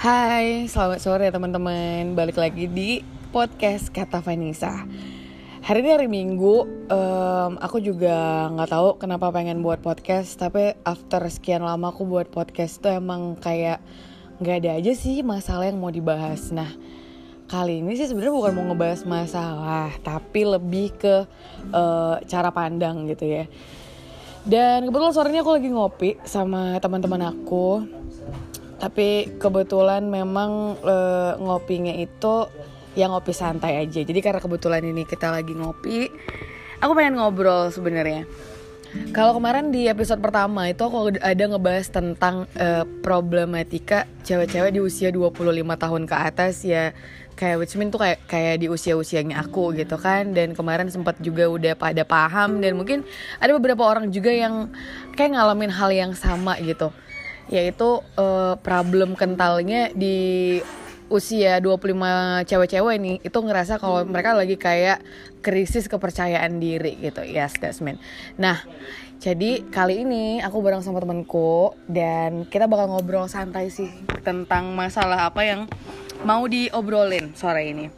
Hai, selamat sore teman-teman. Balik lagi di podcast Kata Vanessa. Hari ini hari Minggu. Aku juga nggak tahu kenapa pengen buat podcast, tapi after sekian lama aku buat podcast tuh emang kayak nggak ada aja sih masalah yang mau dibahas. Nah, kali ini sih sebenarnya bukan mau ngebahas masalah, tapi lebih ke cara pandang gitu ya. Dan kebetulan sorenya aku lagi ngopi sama teman-teman aku. Tapi kebetulan memang ngopinya itu yang ngopi santai aja. Jadi karena kebetulan ini kita lagi ngopi, aku pengen ngobrol sebenarnya. Kalau kemarin di episode pertama itu aku ada ngebahas tentang problematika cewek-cewek di usia 25 tahun ke atas ya. Kayak which mean tuh kayak di usia-usianya aku gitu kan. Dan kemarin sempat juga udah pada paham. Dan mungkin ada beberapa orang juga yang kayak ngalamin hal yang sama gitu, yaitu problem kentalnya di usia 25 cewek-cewek nih, itu ngerasa kalau mereka lagi kayak krisis kepercayaan diri gitu. Yes, that's mean. Nah, jadi kali ini aku bareng sama temanku dan kita bakal ngobrol santai sih tentang masalah apa yang mau diobrolin sore ini.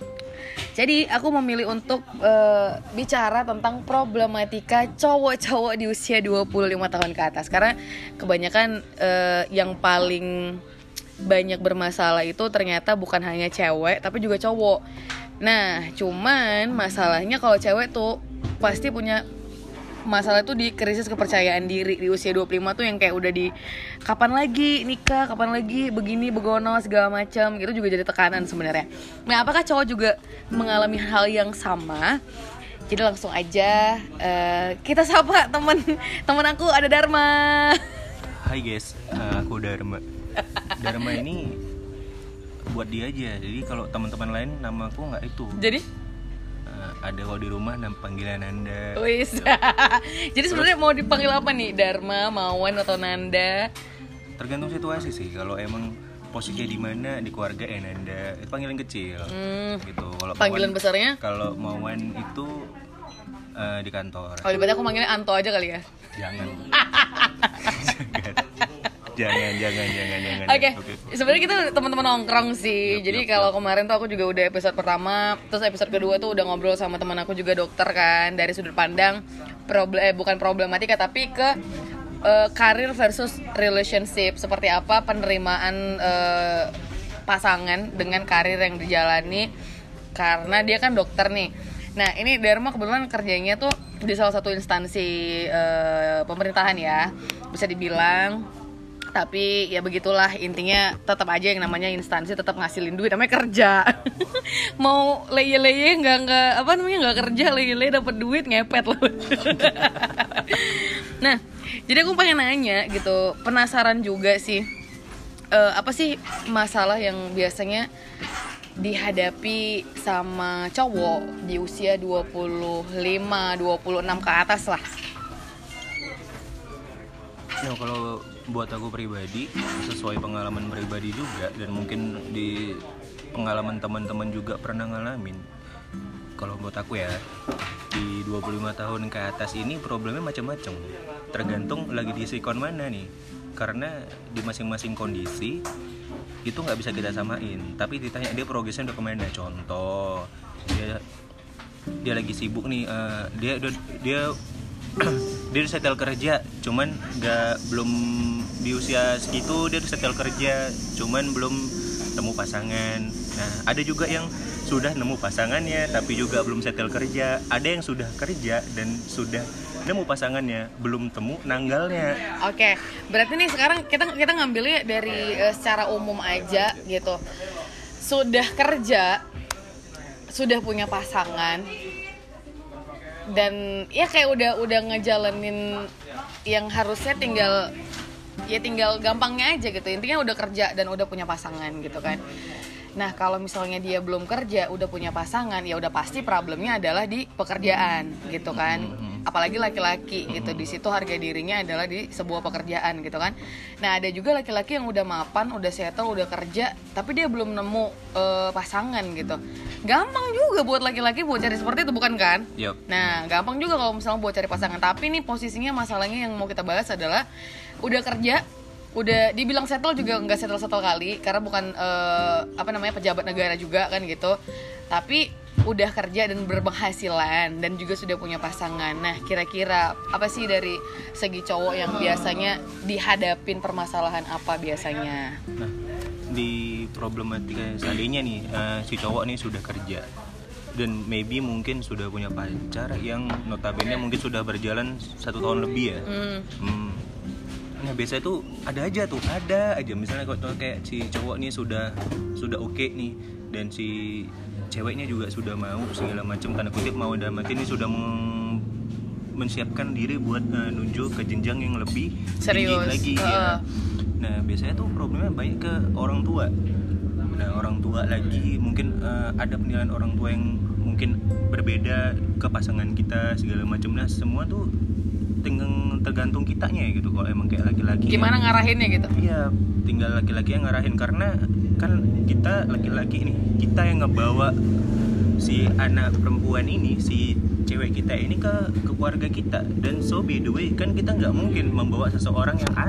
Jadi aku memilih untuk bicara tentang problematika cowok-cowok di usia 25 tahun ke atas. Karena kebanyakan yang paling banyak bermasalah itu ternyata bukan hanya cewek, tapi juga cowok. Nah, cuman masalahnya kalau cewek tuh pasti punya masalah tuh di krisis kepercayaan diri di usia 25 tuh yang kayak udah di kapan lagi nikah, kapan lagi begini begono segala macam, gitu juga jadi tekanan sebenarnya. Nah, apakah cowok juga mengalami hal yang sama? Jadi langsung aja kita sapa teman aku, ada Dharma. Hai guys, aku Dharma. Dharma ini buat dia aja. Jadi kalau teman-teman lain nama aku nggak itu. Jadi ada kalau di rumah panggilan Nanda. Wis. Jadi sebenarnya mau dipanggil apa nih? Dharma, Mawan atau Nanda? Tergantung situasi sih. Kalau emang posisinya di mana di keluarga Nanda, itu panggilan kecil. Gitu. Kalau panggilan Mawan, besarnya? kalau Mawan itu di kantor. Kalau di aku manggilnya Anto aja kali ya. Jangan. Jangan. Oke. Sebenarnya kita teman-teman nongkrong sih. Jadi kalau kemarin tuh aku juga udah episode pertama, terus episode kedua tuh udah ngobrol sama teman aku juga dokter kan, dari sudut pandang bukan problematika tapi ke karir versus relationship, seperti apa penerimaan pasangan dengan karir yang dijalani, karena dia kan dokter nih. Nah, ini Dharma kebetulan kerjanya tuh di salah satu instansi pemerintahan ya, bisa dibilang. Tapi ya begitulah, intinya tetap aja yang namanya instansi tetap ngasilin duit, namanya kerja. Mau leye-leye nggak kerja, leye-leye dapat duit ngepet loh. Nah, jadi aku pengen nanya gitu, penasaran juga sih, apa sih masalah yang biasanya dihadapi sama cowok di usia 25, 26 ke atas lah. Nah, kalau buat aku pribadi, sesuai pengalaman pribadi juga, dan mungkin di pengalaman teman-teman juga pernah ngalamin. Kalau buat aku ya, di 25 tahun ke atas ini problemnya macam-macam. Tergantung lagi di sikon mana nih. Karena di masing-masing kondisi itu nggak bisa kita samain. Tapi ditanya dia progresnya udah kemana. Contoh, dia lagi sibuk nih, dia dia udah settle kerja, cuman belum di usia segitu dia udah settle kerja, cuman belum temu pasangan. Nah, ada juga yang sudah nemu pasangannya tapi juga belum settle kerja. Ada yang sudah kerja dan sudah nemu pasangannya, belum temu nanggalnya. Oke, berarti nih sekarang kita ngambilnya dari secara umum aja gitu. Sudah kerja, sudah punya pasangan, dan ya kayak udah ngejalanin yang harusnya tinggal gampangnya aja gitu. Intinya udah kerja dan udah punya pasangan gitu kan. Nah, kalau misalnya dia belum kerja, udah punya pasangan, ya udah pasti problemnya adalah di pekerjaan gitu kan. Apalagi laki-laki gitu, di situ harga dirinya adalah di sebuah pekerjaan gitu kan. Nah, ada juga laki-laki yang udah mapan, udah settle, udah kerja, tapi dia belum nemu pasangan gitu. Gampang juga buat laki-laki buat cari seperti itu, bukan kan? Yep. Nah, gampang juga kalau misalnya buat cari pasangan. Tapi nih posisinya, masalahnya yang mau kita bahas adalah udah kerja udah dibilang settle juga nggak settle kali karena bukan pejabat negara juga kan gitu, tapi udah kerja dan berpenghasilan dan juga sudah punya pasangan. Nah, kira-kira apa sih dari segi cowok yang biasanya dihadapin permasalahan apa biasanya? Nah, di problematika seandainya nih si cowok nih sudah kerja dan maybe mungkin sudah punya pacar yang notabene mungkin sudah berjalan 1 tahun lebih ya. Nah, biasanya tuh ada aja misalnya kalau kayak si cowok nih sudah oke nih dan si ceweknya juga sudah mau segala macam tanda kutip mau dalam arti ini sudah menyiapkan diri buat menuju ke jenjang yang lebih serius tinggi lagi ya. Nah, biasanya tuh problemnya banyak ke orang tua. Nah, orang tua lagi mungkin ada penilaian orang tua yang mungkin berbeda ke pasangan kita segala macam. Nah, semua tuh tergantung kitanya gitu. Kalau emang kayak laki-laki gimana ngarahinnya gitu. Iya, tinggal laki-laki yang ngarahin karena kan kita laki-laki nih, kita yang ngebawa si anak perempuan ini, si cewek kita ini ke keluarga kita. Dan so by the way kan kita nggak mungkin membawa seseorang yang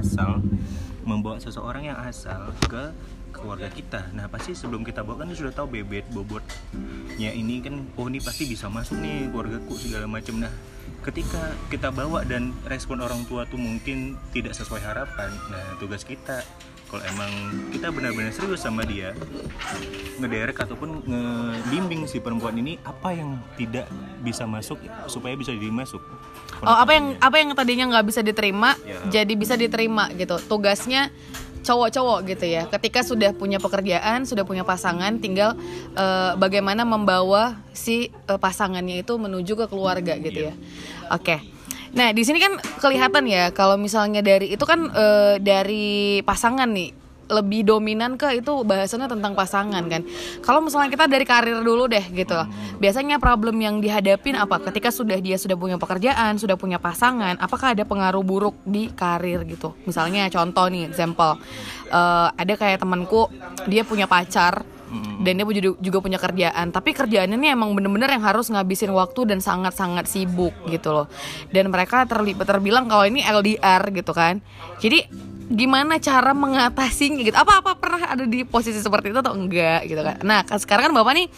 asal ke keluarga kita. Nah, pasti sebelum kita bawa kan sudah tahu bebet bobotnya ini kan, oh ini pasti bisa masuk nih keluargaku segala macam. Nah, ketika kita bawa dan respon orang tua tuh mungkin tidak sesuai harapan, nah tugas kita kalau emang kita benar-benar serius sama dia, ngederek ataupun ngebimbing si perempuan ini apa yang tidak bisa masuk supaya bisa dimasuk. Apa yang tadinya nggak bisa diterima jadi bisa diterima gitu. Tugasnya cowok-cowok gitu ya. Ketika sudah punya pekerjaan, sudah punya pasangan, tinggal bagaimana membawa si pasangannya itu menuju ke keluarga gitu ya. Oke. Nah, di sini kan kelihatan ya kalau misalnya dari itu kan dari pasangan nih lebih dominan ke itu bahasannya tentang pasangan kan. Kalau misalnya kita dari karir dulu deh gitu. Biasanya problem yang dihadapin apa? Ketika dia sudah punya pekerjaan, sudah punya pasangan, apakah ada pengaruh buruk di karir gitu? Misalnya contoh nih, example. Ada kayak temanku, dia punya pacar dan dia juga punya kerjaan, tapi kerjaannya ini emang bener-bener yang harus ngabisin waktu dan sangat-sangat sibuk gitu loh. Dan mereka terbilang kalau ini LDR gitu kan. Jadi gimana cara mengatasinya gitu? Apa pernah ada di posisi seperti itu atau enggak gitu kan? Nah, sekarang kan Bapak nih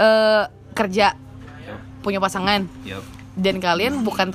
kerja, punya pasangan. Dan kalian bukan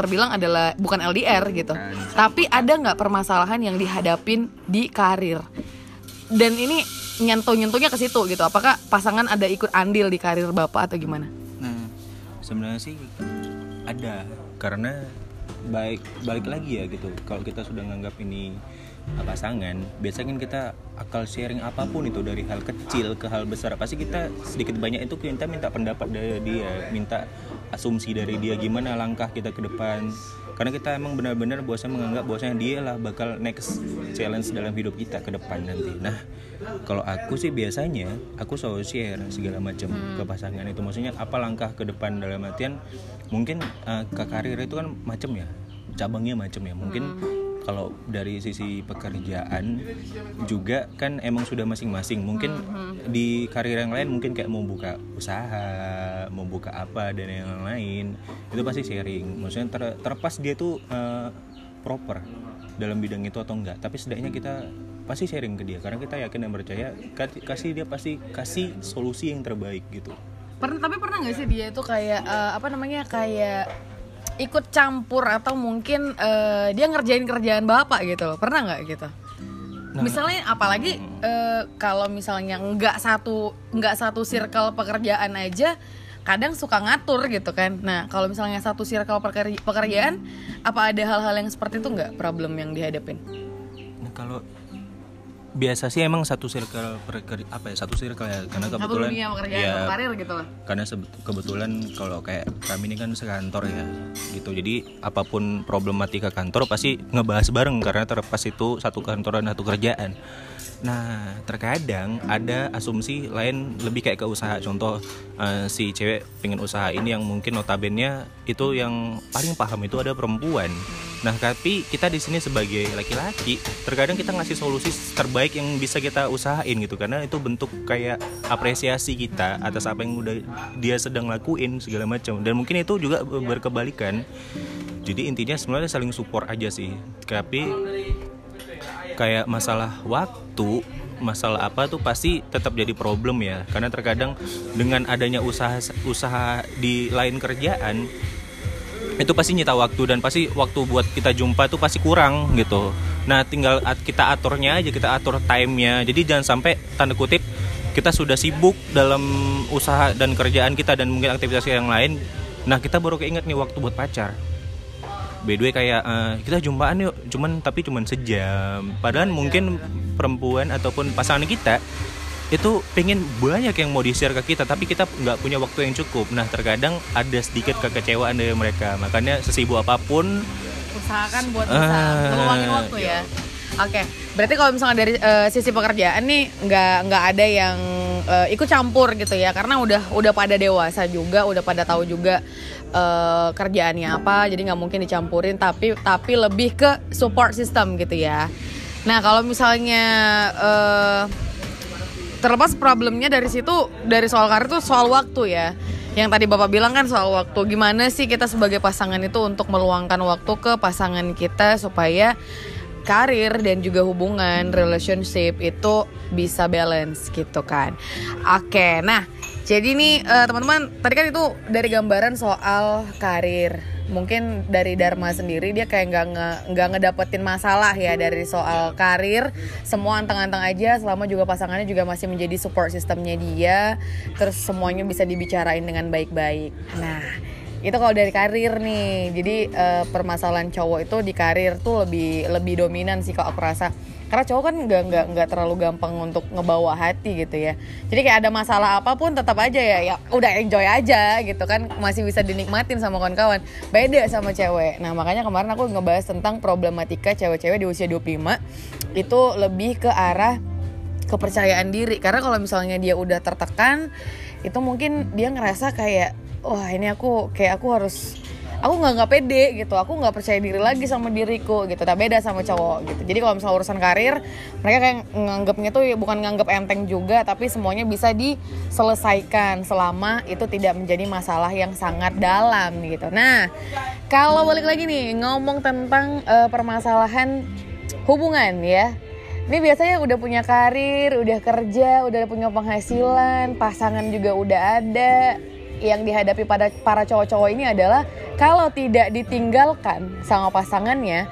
LDR gitu. Tapi ada nggak permasalahan yang dihadapin di karir? Dan ini nyentuhnya ke situ gitu. Apakah pasangan ada ikut andil di karir Bapak atau gimana? Nah, sebenarnya sih ada, karena balik lagi ya gitu. Kalau kita sudah nganggap ini pasangan, biasanya kan kita akal sharing apapun itu dari hal kecil ke hal besar, pasti kita sedikit banyak itu kita minta pendapat dari dia, minta asumsi dari dia gimana langkah kita ke depan. Karena kita emang benar-benar menganggap bahwasanya dia lah bakal next challenge dalam hidup kita ke depan nanti. Nah, kalau aku sih biasanya aku selalu share segala macam ke pasangan itu. Maksudnya apa langkah ke depan dalam artian mungkin ke karir itu kan macam ya, cabangnya macam ya. Mungkin kalau dari sisi pekerjaan juga kan emang sudah masing-masing. Mungkin di karir yang lain mungkin kayak mau buka usaha, mau buka apa dan yang lain, itu pasti sharing. Maksudnya terlepas dia tuh proper dalam bidang itu atau enggak, tapi setidaknya kita pasti sharing ke dia karena kita yakin dan percaya dia pasti kasih solusi yang terbaik gitu. Tapi pernah nggak sih dia itu kayak kayak ikut campur atau mungkin dia ngerjain kerjaan Bapak gitu loh, pernah nggak gitu? Nah, misalnya apalagi kalau misalnya nggak satu circle pekerjaan aja kadang suka ngatur gitu kan. Nah, kalau misalnya satu circle pekerjaan, apa ada hal-hal yang seperti itu nggak, problem yang dihadapin? Nah, kalau biasa sih emang satu circle ya, karena kebetulan dunia pekerjaan karir gitu lah. Karena kebetulan kalau kayak kami ini kan sekantor ya gitu, jadi apapun problematika kantor pasti ngebahas bareng karena terlepas itu satu kantor dan satu kerjaan. Nah, terkadang ada asumsi lain lebih kayak ke usaha. Contoh si cewek pengen usaha ini yang mungkin notabene itu yang paling paham itu ada perempuan. Nah, tapi kita di sini sebagai laki-laki terkadang kita ngasih solusi terbaik yang bisa kita usahain gitu, karena itu bentuk kayak apresiasi kita atas apa yang udah dia sedang lakuin segala macam. Dan mungkin itu juga berkebalikan. Jadi intinya sebenarnya saling support aja sih. Tapi kayak masalah waktu, masalah apa tuh pasti tetap jadi problem ya. Karena terkadang dengan adanya usaha di lain kerjaan itu pasti nyita waktu, dan pasti waktu buat kita jumpa tuh pasti kurang gitu. Nah tinggal kita aturnya aja, kita atur time-nya. Jadi jangan sampai tanda kutip kita sudah sibuk dalam usaha dan kerjaan kita dan mungkin aktivitas yang lain, nah kita baru keinget nih waktu buat pacar. By the way kayak kita jumpaan yuk, cuman sejam. Padahal mungkin perempuan ataupun pasangan kita itu pengen banyak yang mau di-share ke kita, tapi kita nggak punya waktu yang cukup. Nah terkadang ada sedikit kekecewaan dari mereka. Makanya sesibuk apapun usahakan buat bisa ngeluangin waktu ya. Oke, berarti kalau misalnya dari sisi pekerjaan nih nggak ada yang ikut campur gitu ya, karena udah pada dewasa juga, udah pada tahu juga kerjaannya apa, jadi nggak mungkin dicampurin, tapi lebih ke support system gitu ya. Nah kalau misalnya terlepas problemnya dari situ, dari soal karir tuh soal waktu ya. Yang tadi Bapak bilang kan soal waktu, gimana sih kita sebagai pasangan itu untuk meluangkan waktu ke pasangan kita supaya karir dan juga hubungan, relationship itu bisa balance gitu kan. Oke, nah jadi nih teman-teman, tadi kan itu dari gambaran soal karir. Mungkin dari Dharma sendiri dia kayak nggak ngedapetin masalah ya dari soal karir, semua anteng-anteng aja selama juga pasangannya juga masih menjadi support sistemnya dia, terus semuanya bisa dibicarain dengan baik-baik. Nah itu kalau dari karir nih, jadi permasalahan cowok itu di karir tuh lebih dominan sih kalau aku rasa, karena cowok kan nggak terlalu gampang untuk ngebawa hati gitu ya. Jadi kayak ada masalah apapun tetap aja ya udah enjoy aja gitu kan, masih bisa dinikmatin sama kawan-kawan. Beda sama cewek. Nah makanya kemarin aku ngebahas tentang problematika cewek-cewek di usia 25 itu lebih ke arah kepercayaan diri. Karena kalau misalnya dia udah tertekan, itu mungkin dia ngerasa kayak wah ini aku nggak pede gitu, aku nggak percaya diri lagi sama diriku gitu. Tak beda sama cowok gitu. Jadi kalau misalnya urusan karir, mereka kayak nganggapnya tuh bukan nganggap enteng juga, tapi semuanya bisa diselesaikan selama itu tidak menjadi masalah yang sangat dalam gitu. Nah kalau balik lagi nih ngomong tentang permasalahan hubungan ya, ini biasanya udah punya karir, udah kerja, udah punya penghasilan, pasangan juga udah ada. Yang dihadapi pada para cowok-cowok ini adalah kalau tidak ditinggalkan sama pasangannya,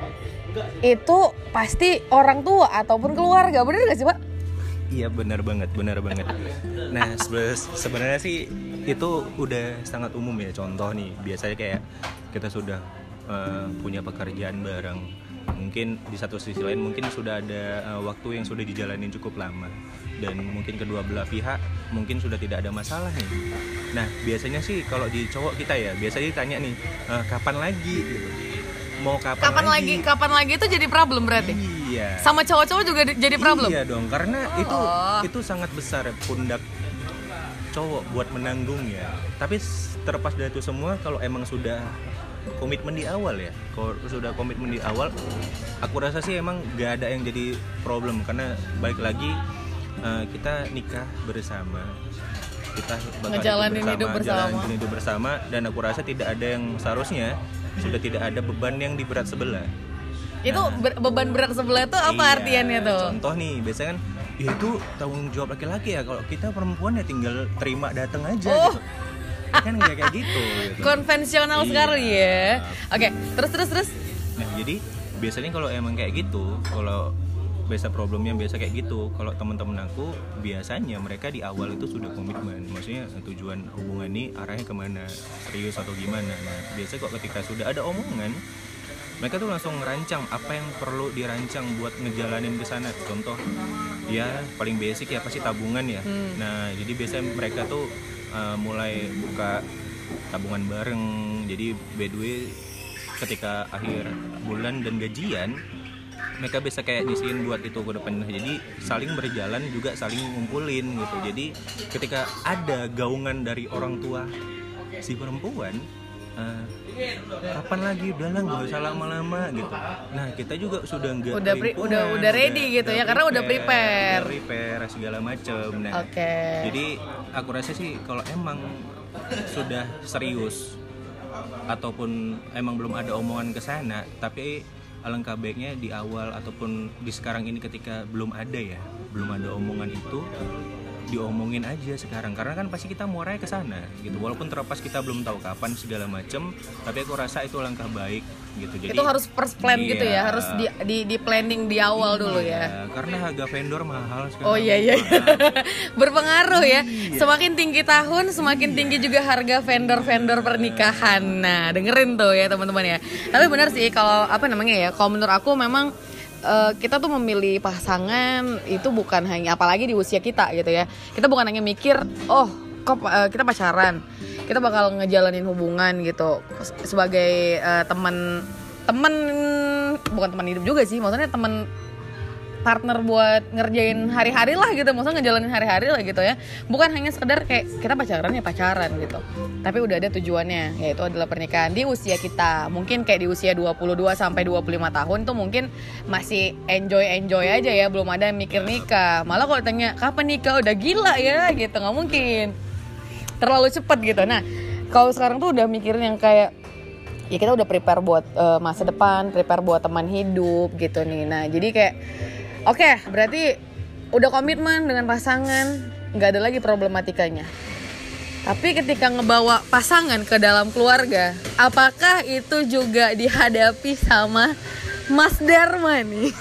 itu pasti orang tua ataupun keluarga. Bener gak sih Pak? Iya benar banget. Nah sebenarnya sih itu udah sangat umum ya. Contoh nih, biasanya kayak kita sudah punya pekerjaan bareng, mungkin di satu sisi lain mungkin sudah ada waktu yang sudah dijalanin cukup lama, dan mungkin kedua belah pihak mungkin sudah tidak ada masalah nih. Nah biasanya sih kalau di cowok kita ya biasanya ditanya nih kapan lagi gitu. Mau kapan lagi itu jadi problem berarti. Iya. Sama cowok-cowok juga jadi problem. Iya dong, karena itu sangat besar pundak cowok buat menanggung ya. Tapi terlepas dari itu semua, kalau emang sudah komitmen di awal ya, kalau sudah komitmen di awal, aku rasa sih emang gak ada yang jadi problem. Karena balik lagi kita nikah bersama, kita bakal jalanin hidup bersama, dan aku rasa tidak ada yang seharusnya sudah tidak ada beban yang di berat sebelah. Itu beban berat sebelah itu apa artiannya tuh? Contoh nih, biasanya kan ya itu tanggung jawab laki-laki ya, kalau kita perempuan ya tinggal terima datang aja gitu. Kan nggak kayak gitu. Konvensional sekali ya. Oke, terus. Nah jadi biasanya kalau emang kayak gitu, kalau biasa problemnya biasa kayak gitu, kalau teman-teman aku biasanya mereka di awal itu sudah komitmen, maksudnya tujuan hubungan ini arahnya kemana, serius atau gimana. Nah biasanya kok ketika sudah ada omongan, mereka tuh langsung ngerancang apa yang perlu dirancang buat ngejalanin ke sana. Contoh ya paling basic ya pasti tabungan ya. Nah jadi biasanya mereka tuh mulai buka tabungan bareng. Jadi by the way ketika akhir bulan dan gajian, mereka bisa kayak nyisihin buat itu ke depan. Jadi saling berjalan juga saling ngumpulin gitu. Jadi ketika ada gaungan dari orang tua si perempuan, kapan lagi, udahlah nggak usah lama-lama gitu. Nah kita juga sudah nggak udah ready gitu ya, karena udah prepare segala macam. Nah jadi aku rasa sih kalau emang sudah serius ataupun emang belum ada omongan ke sana, tapi alangkah baiknya di awal ataupun di sekarang ini ketika belum ada omongan itu, diomongin aja sekarang, karena kan pasti kita muaranya ke sana gitu, walaupun terlepas kita belum tahu kapan segala macam, tapi aku rasa itu langkah baik gitu. Jadi itu harus first plan gitu ya, harus di planning di awal dulu ya. Karena harga vendor mahal sekarang. Oh iya. Berpengaruh ya. Semakin tinggi tahun, semakin tinggi juga harga vendor pernikahan. Nah, dengerin tuh ya teman-teman ya. Tapi benar sih kalau kalau menurut aku memang kita tuh memilih pasangan itu bukan hanya, apalagi di usia kita gitu ya, kita bukan hanya mikir kita pacaran, kita bakal ngejalanin hubungan gitu sebagai teman bukan teman hidup juga sih, maksudnya teman partner buat ngerjain hari-hari lah gitu, maksudnya ngejalanin hari-hari lah gitu ya, bukan hanya sekedar kayak kita pacaran gitu, tapi udah ada tujuannya, yaitu adalah pernikahan di usia kita. Mungkin kayak di usia 22 sampai 25 tahun tuh mungkin masih enjoy aja ya, belum ada mikir nikah. Malah kalau tanya kapan nikah, udah gila ya gitu, nggak mungkin, terlalu cepet gitu. Nah kalau sekarang tuh udah mikirin yang kayak ya kita udah prepare buat masa depan, prepare buat teman hidup gitu nih. Nah jadi kayak oke, berarti udah komitmen dengan pasangan, nggak ada lagi problematikanya. Tapi ketika ngebawa pasangan ke dalam keluarga, apakah itu juga dihadapi sama Mas Dharma nih?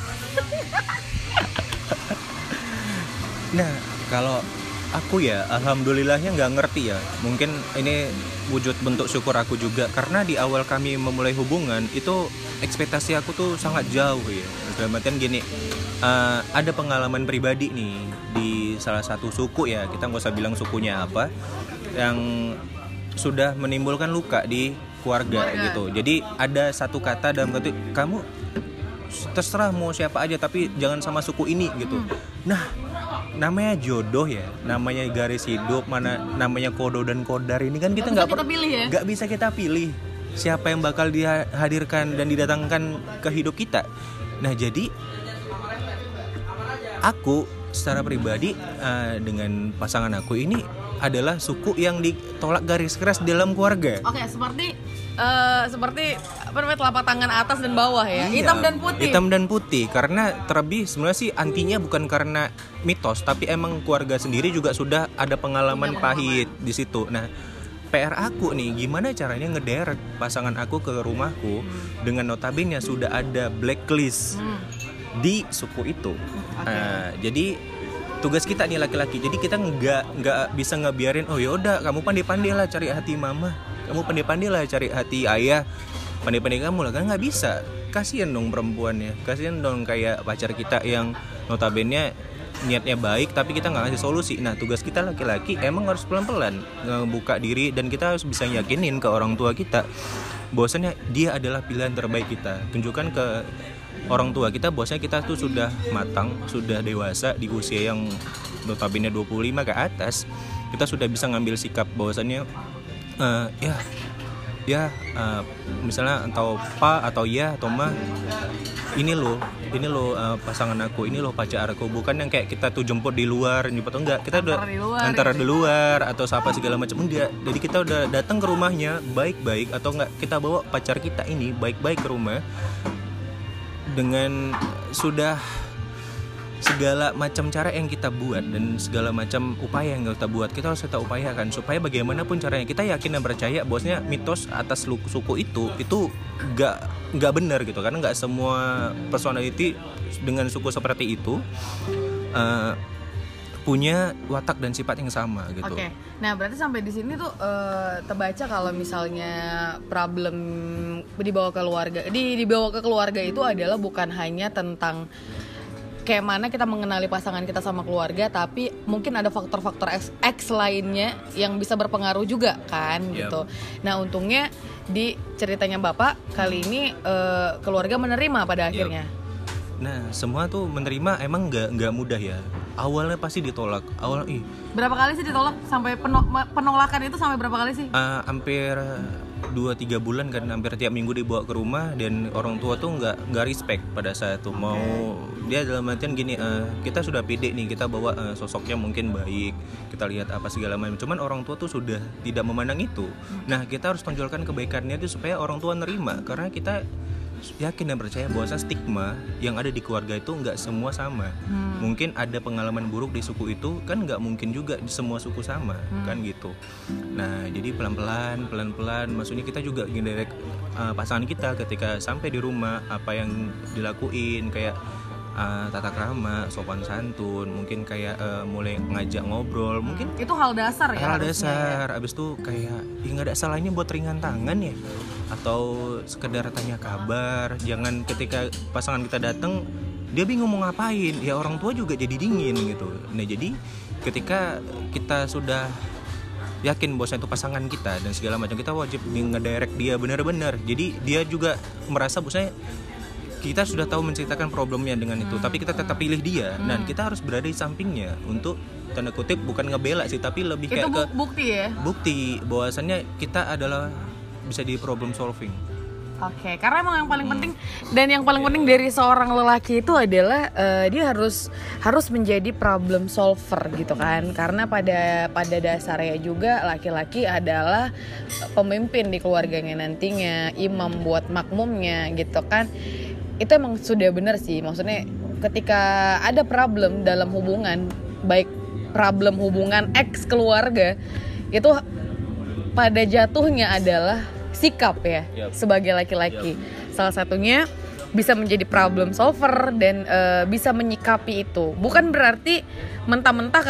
Nah, kalau aku ya, alhamdulillahnya nggak ngerti ya. Mungkin ini wujud bentuk syukur aku juga, karena di awal kami memulai hubungan itu ekspektasi aku tuh sangat jauh ya. Dalam artian gini, ada pengalaman pribadi nih di salah satu suku ya, kita nggak usah bilang sukunya apa, yang sudah menimbulkan luka di keluarga gitu. Jadi ada satu kata dalam kata, kamu terserah mau siapa aja tapi jangan sama suku ini gitu. Nah, namanya jodoh ya, namanya garis hidup, namanya kodo dan kodar ini kan kita nggak bisa kita pilih siapa yang bakal dihadirkan dan didatangkan ke hidup kita. Nah jadi aku secara pribadi dengan pasangan aku ini adalah suku yang ditolak garis keras dalam keluarga. Oke, seperti telapak tangan atas dan bawah ya, iya, hitam dan putih. Karena terlebih sebenarnya sih antinya bukan karena mitos, tapi emang keluarga sendiri juga sudah ada pengalaman pahit di situ. Nah, PR aku nih, gimana caranya ngederet pasangan aku ke rumahku dengan notabene sudah ada blacklist di suku itu. Jadi tugas kita nih laki-laki, jadi kita nggak bisa ngebiarin, oh yaudah kamu pandai-pandai lah cari hati mama, kamu pandai-pandai lah cari hati ayah, pandai-pandai kamu lah, kan nggak bisa. Kasian dong perempuannya, kasian dong kayak pacar kita yang notabene niatnya baik tapi kita nggak ngasih solusi. Nah tugas kita laki-laki emang harus pelan-pelan ngebuka diri, dan kita harus bisa yakinin ke orang tua kita bahwasanya dia adalah pilihan terbaik kita. Tunjukkan ke orang tua kita bahwasanya kita tuh sudah matang, sudah dewasa di usia yang notabene 25 ke atas. Kita sudah bisa ngambil sikap bahwasanya misalnya atau pa atau ya atau ma, ini loh pasangan aku, ini loh pacar aku. Bukan yang kayak kita tuh jemput di luar, atau enggak, kita udah antara di luar atau apa segala macam, enggak. Jadi kita udah datang ke rumahnya baik-baik, atau enggak kita bawa pacar kita ini baik-baik ke rumah dengan sudah segala macam cara yang kita buat dan segala macam upaya yang kita buat. Kita harus kita upayakan supaya bagaimanapun caranya kita yakin dan percaya bahwasanya mitos atas suku itu nggak benar gitu, karena nggak semua personality dengan suku seperti itu punya watak dan sifat yang sama gitu. Oke. Nah, berarti sampai di sini tuh terbaca kalau misalnya problem dibawa ke keluarga itu adalah bukan hanya tentang kayak mana kita mengenali pasangan kita sama keluarga, tapi mungkin ada faktor-faktor X lainnya yang bisa berpengaruh juga kan gitu. Nah, untungnya di ceritanya Bapak kali ini keluarga menerima pada akhirnya. Nah, semua tuh menerima emang nggak mudah ya. Awalnya pasti ditolak. Berapa kali sih ditolak? Sampai penolakan itu sampai berapa kali sih? Hampir 2-3 bulan kan, hampir tiap minggu dibawa ke rumah, dan orang tua tuh nggak respect pada saat itu. Mau dia dalam artian gini, kita sudah pede nih, kita bawa sosoknya mungkin baik, kita lihat apa segala macam. Cuman orang tua tuh sudah tidak memandang itu. Nah, kita harus tonjolkan kebaikannya itu supaya orang tua nerima, karena kita yakin dan percaya bahwa stigma yang ada di keluarga itu nggak semua sama. Mungkin ada pengalaman buruk di suku itu, kan nggak mungkin juga di semua suku sama, kan gitu. Nah, jadi pelan-pelan, maksudnya kita juga ngedirect pasangan kita ketika sampai di rumah, apa yang dilakuin, kayak tata krama, sopan santun, mungkin kayak mulai ngajak ngobrol, mungkin itu hal dasar ya. Hal dasar. Abis itu kayak nggak ada salahnya buat ringan tangan ya, atau sekedar tanya kabar. Jangan ketika pasangan kita datang dia bingung mau ngapain, ya orang tua juga jadi dingin gitu. Nah, jadi ketika kita sudah yakin bahwa itu pasangan kita dan segala macam, kita wajib ngedirect dia benar-benar. Jadi dia juga merasa bahwa kita sudah tahu menceritakan problemnya dengan itu, tapi kita tetap pilih dia, dan kita harus berada di sampingnya untuk tanda kutip bukan ngebela sih, tapi lebih kayak itu bukti ya. Bukti bahwasannya kita adalah bisa di problem solving. Oke, karena emang yang paling penting dan yang paling penting dari seorang lelaki itu adalah dia harus menjadi problem solver gitu kan. Karena pada dasarnya juga laki-laki adalah pemimpin di keluarganya nantinya, imam buat makmumnya gitu kan. Itu emang sudah benar sih, maksudnya ketika ada problem dalam hubungan, baik problem hubungan ex keluarga, itu pada jatuhnya adalah sikap ya, sebagai laki-laki. Salah satunya bisa menjadi problem solver dan bisa menyikapi itu. Bukan berarti mentah-mentah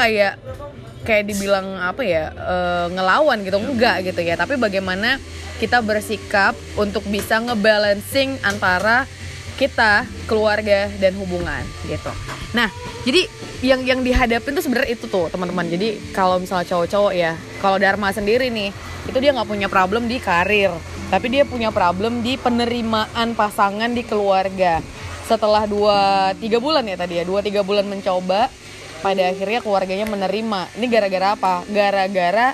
kayak dibilang apa ya, ngelawan gitu, enggak gitu ya. Tapi bagaimana kita bersikap untuk bisa ngebalancing antara kita, keluarga, dan hubungan gitu. Nah, jadi yang dihadapin tuh sebenarnya itu tuh teman-teman. Jadi kalau misalnya cowok-cowok ya, kalau Dharma sendiri nih, itu dia nggak punya problem di karir, tapi dia punya problem di penerimaan pasangan di keluarga. Setelah 2-3 bulan ya tadi ya, 2-3 bulan mencoba, pada akhirnya keluarganya menerima. Ini gara-gara apa? Gara-gara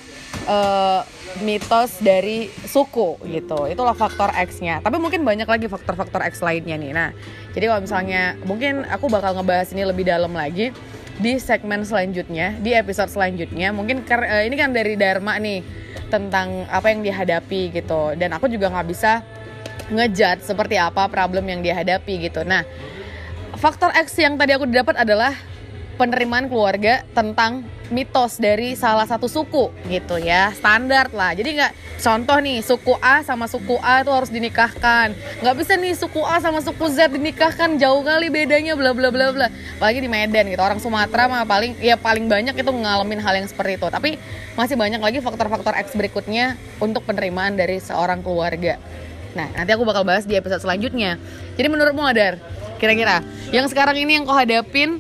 mitos dari suku gitu. Itulah faktor X-nya. Tapi mungkin banyak lagi faktor-faktor X lainnya nih. Nah, jadi kalau misalnya mungkin aku bakal ngebahas ini lebih dalam lagi di segmen selanjutnya, di episode selanjutnya. Mungkin ini kan dari Dharma nih tentang apa yang dihadapi gitu. Dan aku juga nggak bisa ngejudge seperti apa problem yang dihadapi gitu. Nah, faktor X yang tadi aku dapat adalah penerimaan keluarga tentang mitos dari salah satu suku gitu ya, standar lah. Jadi nggak, contoh nih suku A sama suku A itu harus dinikahkan, nggak bisa nih suku A sama suku Z dinikahkan, jauh kali bedanya bla bla bla bla. Apalagi di Medan gitu, orang Sumatera mah paling banyak itu ngalamin hal yang seperti itu. Tapi masih banyak lagi faktor-faktor X berikutnya untuk penerimaan dari seorang keluarga. Nah, nanti aku bakal bahas di episode selanjutnya. Jadi menurutmu Adar, kira-kira yang sekarang ini yang kau hadapin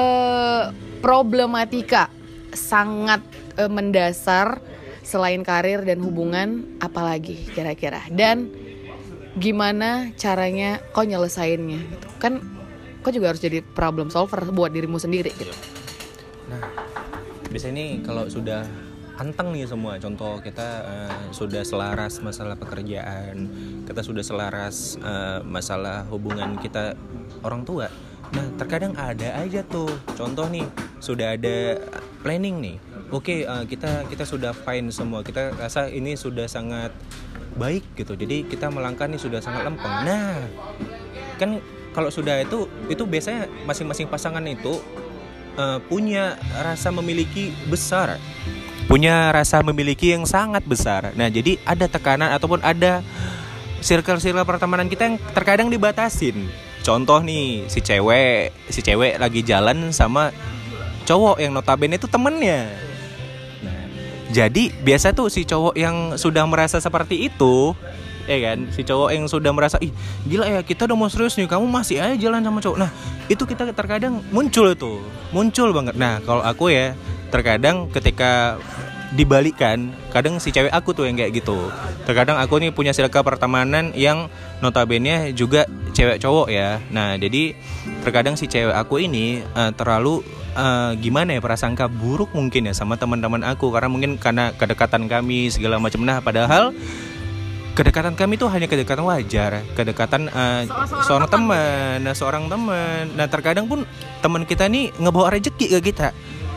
problematika sangat mendasar selain karir dan hubungan, apalagi kira-kira, dan gimana caranya kau nyelesainnya gitu kan? Kau juga harus jadi problem solver buat dirimu sendiri gitu. Nah, biasanya nih kalau sudah anteng nih semua, contoh kita sudah selaras masalah pekerjaan, kita sudah selaras masalah hubungan kita orang tua. Nah, terkadang ada aja tuh, contoh nih, sudah ada planning nih. Oke, kita sudah fine semua, kita rasa ini sudah sangat baik gitu. Jadi kita melangkah nih sudah sangat lempeng. Nah, kan kalau sudah itu biasanya masing-masing pasangan itu punya rasa memiliki besar, punya rasa memiliki yang sangat besar. Nah, jadi ada tekanan ataupun ada circle-circle pertemanan kita yang terkadang dibatasin. Contoh nih, si cewek lagi jalan sama cowok yang notabene itu temennya. Nah, jadi biasa tuh si cowok yang sudah merasa seperti itu, ya kan, si cowok yang sudah merasa, ih gila ya, kita udah mau serius nih, kamu masih aja jalan sama cowok. Nah, itu kita terkadang muncul banget. Nah, kalau aku ya, terkadang ketika dibalikan, kadang si cewek aku tuh yang kayak gitu. Terkadang aku nih punya circle pertemanan yang notabene juga cewek cowok ya. Nah, jadi terkadang si cewek aku ini terlalu gimana ya, prasangka buruk mungkin ya sama teman-teman aku, karena mungkin karena kedekatan kami segala macam. Nah, padahal kedekatan kami itu hanya kedekatan wajar, kedekatan seorang teman. Nah, seorang teman. Nah, terkadang pun teman kita nih ngebawa rezeki ke kita.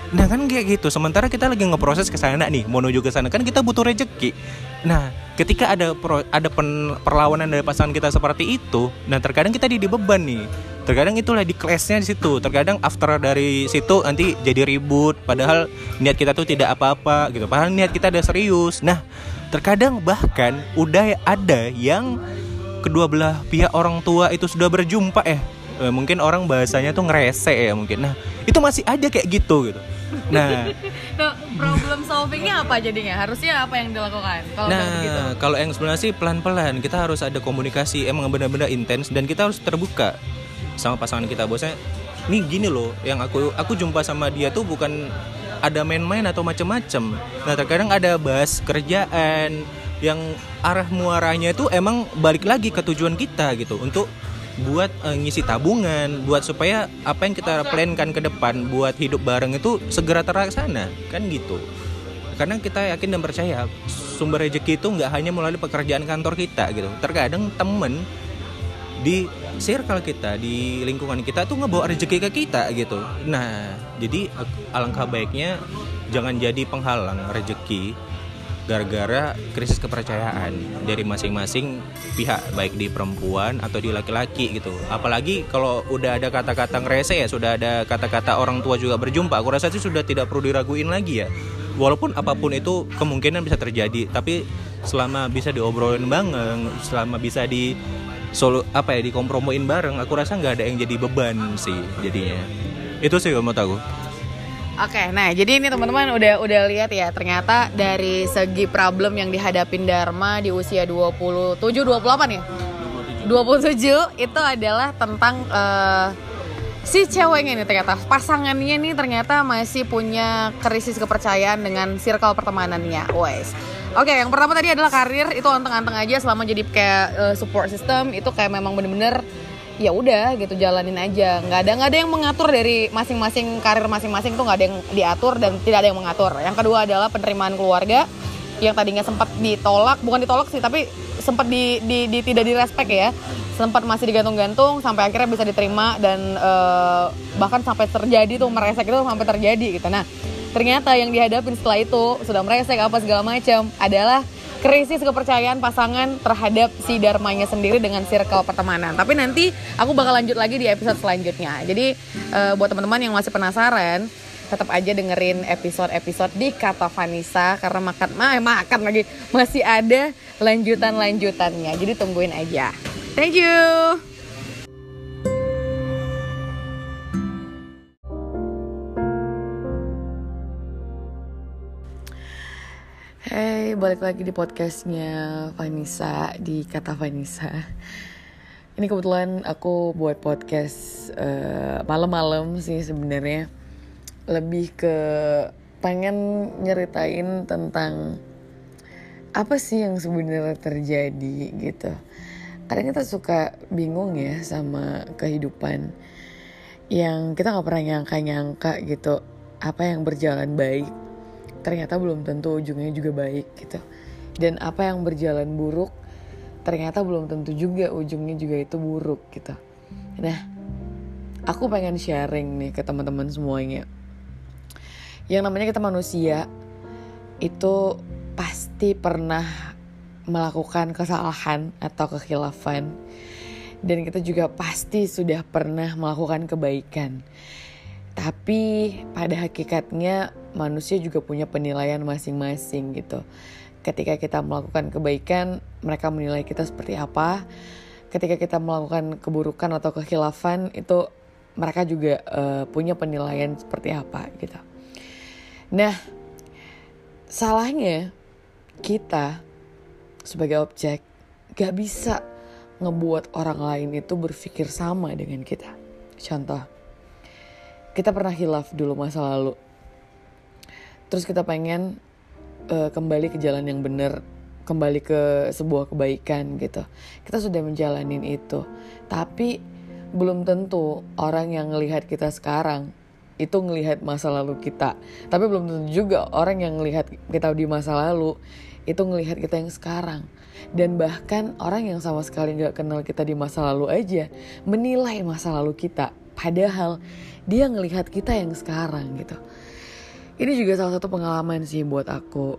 Nah kan kayak gitu, sementara kita lagi ngeproses ke sana nih, menuju ke sana kan kita butuh rezeki. Nah, ketika ada perlawanan dari pasangan kita seperti itu, nah terkadang kita jadi beban nih. Terkadang itulah di clash-nya di situ. Terkadang after dari situ nanti jadi ribut, padahal niat kita tuh tidak apa-apa gitu. Padahal niat kita udah serius. Nah, terkadang bahkan udah ada yang kedua belah pihak orang tua itu sudah berjumpa mungkin orang bahasanya tuh ngerese ya mungkin. Nah, itu masih aja kayak gitu. Nah, tuh problem solvingnya apa jadinya? Harusnya apa yang dilakukan kalau begitu? Kalau yang sebenarnya sih pelan-pelan, kita harus ada komunikasi emang benar-benar intens dan kita harus terbuka sama pasangan kita. Bosnya, nih gini loh, yang aku jumpa sama dia tuh bukan ada main-main atau macam-macam. Nah, terkadang ada bahas kerjaan yang arah muaranya itu emang balik lagi ke tujuan kita gitu, untuk buat ngisi tabungan, buat supaya apa yang kita plankan ke depan buat hidup bareng itu segera terlaksana, kan gitu. Karena kita yakin dan percaya sumber rezeki itu nggak hanya melalui pekerjaan kantor kita gitu. Terkadang temen di circle kita, di lingkungan kita tuh ngebawa rezeki ke kita gitu. Nah, jadi alangkah baiknya jangan jadi penghalang rezeki gara-gara krisis kepercayaan dari masing-masing pihak, baik di perempuan atau di laki-laki gitu. Apalagi kalau udah ada kata-kata ngerese ya, sudah ada kata-kata orang tua juga berjumpa, aku rasa sih sudah tidak perlu diraguin lagi ya. Walaupun apapun itu kemungkinan bisa terjadi, tapi selama bisa diobrolin bareng, selama bisa dikompromoin bareng, aku rasa nggak ada yang jadi beban sih jadinya. Itu sih menurut aku. Oke, nah jadi ini teman-teman udah lihat ya, ternyata dari segi problem yang dihadapin Dharma di usia 27, 28 ya? 27 itu adalah tentang si ceweknya nih, ternyata pasangannya nih ternyata masih punya krisis kepercayaan dengan circle pertemanannya. Wes. Oke, yang pertama tadi adalah karir, itu anteng-anteng aja selama jadi kayak support system, itu kayak memang bener-bener ya udah gitu, jalanin aja. Nggak ada yang mengatur dari masing-masing karir masing-masing, tuh nggak ada yang diatur dan tidak ada yang mengatur. Yang kedua adalah penerimaan keluarga yang tadinya sempat ditolak, bukan ditolak sih, tapi sempat tidak direspek ya, sempat masih digantung-gantung sampai akhirnya bisa diterima dan bahkan sampai terjadi tuh meresek itu sampai terjadi gitu. Nah, ternyata yang dihadapin setelah itu sudah meresek apa segala macam adalah krisis kepercayaan pasangan terhadap si Dharmanya sendiri dengan circle pertemanan. Tapi nanti aku bakal lanjut lagi di episode selanjutnya. Jadi buat teman-teman yang masih penasaran, tetap aja dengerin episode-episode di Kata Vanessa, karena makan lagi masih ada lanjutannya. Jadi tungguin aja. Thank you. Hey, balik lagi di podcastnya Vanessa, di Kata Vanessa. Ini kebetulan aku buat podcast malam-malam sih sebenarnya. Lebih ke pengen nyeritain tentang apa sih yang sebenarnya terjadi gitu. Kadang kita suka bingung ya sama kehidupan yang kita gak pernah nyangka-nyangka gitu. Apa yang berjalan baik ternyata belum tentu ujungnya juga baik gitu. Dan apa yang berjalan buruk ternyata belum tentu juga ujungnya juga itu buruk gitu. Nah, aku pengen sharing nih ke teman-teman semuanya. Yang namanya kita manusia itu pasti pernah melakukan kesalahan atau kekhilafan. Dan kita juga pasti sudah pernah melakukan kebaikan. Tapi pada hakikatnya manusia juga punya penilaian masing-masing gitu. Ketika kita melakukan kebaikan, mereka menilai kita seperti apa. Ketika kita melakukan keburukan atau kekhilafan, itu mereka juga punya penilaian seperti apa gitu. Nah, salahnya kita sebagai objek gak bisa ngebuat orang lain itu berpikir sama dengan kita. Contoh, kita pernah khilaf dulu masa lalu. Terus kita pengen kembali ke jalan yang benar, kembali ke sebuah kebaikan gitu. Kita sudah menjalanin itu. Tapi belum tentu orang yang ngelihat kita sekarang itu ngelihat masa lalu kita. Tapi belum tentu juga orang yang ngelihat kita di masa lalu itu ngelihat kita yang sekarang. Dan bahkan orang yang sama sekali gak kenal kita di masa lalu aja menilai masa lalu kita. Padahal dia ngelihat kita yang sekarang gitu. Ini juga salah satu pengalaman sih buat aku.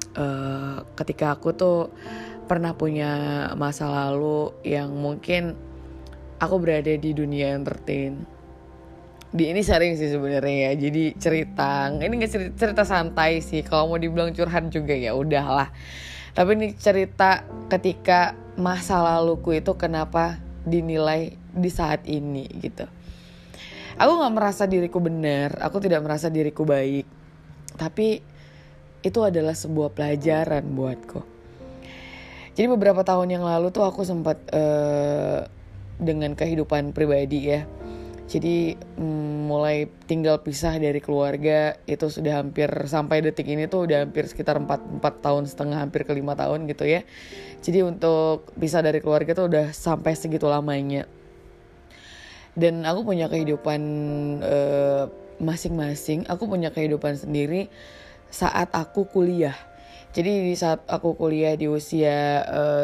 Ketika aku tuh pernah punya masa lalu yang mungkin aku berada di dunia entertain. Ini sharing sih sebenarnya ya. Jadi ini nggak cerita santai sih. Kalau mau dibilang curhat juga ya udahlah. Tapi ini cerita ketika masa laluku itu kenapa dinilai di saat ini gitu. Aku nggak merasa diriku benar. Aku tidak merasa diriku baik. Tapi itu adalah sebuah pelajaran buatku. Jadi beberapa tahun yang lalu tuh aku sempat dengan kehidupan pribadi ya. Jadi mulai tinggal pisah dari keluarga itu sudah hampir sampai detik ini tuh udah hampir sekitar 4 tahun setengah, hampir ke 5 tahun gitu ya. Jadi untuk pisah dari keluarga tuh udah sampai segitu lamanya. Dan aku punya kehidupan masing-masing, aku punya kehidupan sendiri saat aku kuliah. Jadi di saat aku kuliah di usia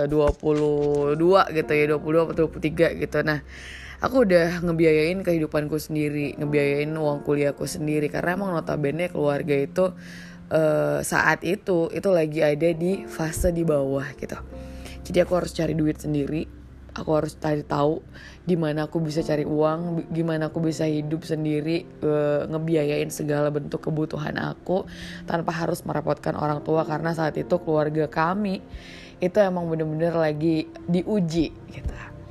22 gitu ya, 22 atau 23 gitu. Nah, aku udah ngebiayain kehidupanku sendiri, ngebiayain uang kuliahku sendiri. Karena emang notabene keluarga itu saat itu lagi ada di fase di bawah gitu. Jadi aku harus cari duit sendiri. Aku harus cari tahu di mana aku bisa cari uang, gimana aku bisa hidup sendiri, ngebiayain segala bentuk kebutuhan aku tanpa harus merepotkan orang tua, karena saat itu keluarga kami itu emang bener-bener lagi diuji gitu.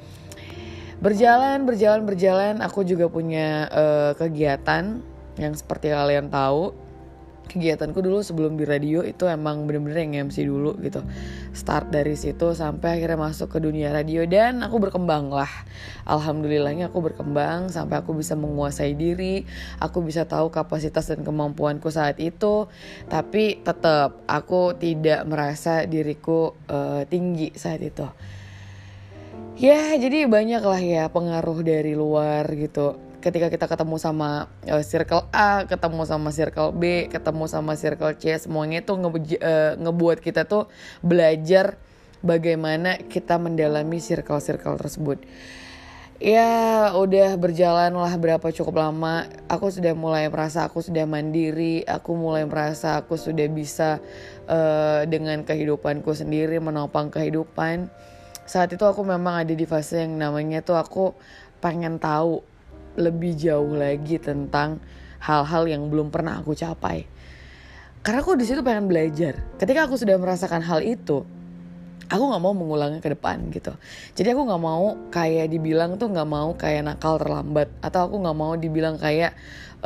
Berjalan, aku juga punya kegiatan yang seperti kalian tahu. Kegiatanku dulu sebelum di radio itu emang bener-bener yang MC dulu gitu. Start dari situ sampai akhirnya masuk ke dunia radio dan aku berkembang lah. Alhamdulillahnya aku berkembang sampai aku bisa menguasai diri. Aku bisa tahu kapasitas dan kemampuanku saat itu. Tapi tetap aku tidak merasa diriku tinggi saat itu. Ya jadi banyak lah ya pengaruh dari luar gitu. Ketika kita ketemu sama circle A, ketemu sama circle B, ketemu sama circle C, semuanya itu ngebuat kita tuh belajar bagaimana kita mendalami circle-circle tersebut. Ya udah berjalan lah berapa cukup lama, aku sudah mulai merasa aku sudah mandiri, aku mulai merasa aku sudah bisa dengan kehidupanku sendiri menopang kehidupan. Saat itu aku memang ada di fase yang namanya tuh aku pengen tahu lebih jauh lagi tentang hal-hal yang belum pernah aku capai. Karena aku di situ pengen belajar. Ketika aku sudah merasakan hal itu, aku nggak mau mengulangnya ke depan gitu. Jadi aku nggak mau kayak dibilang tuh nggak mau kayak nakal terlambat, atau aku nggak mau dibilang kayak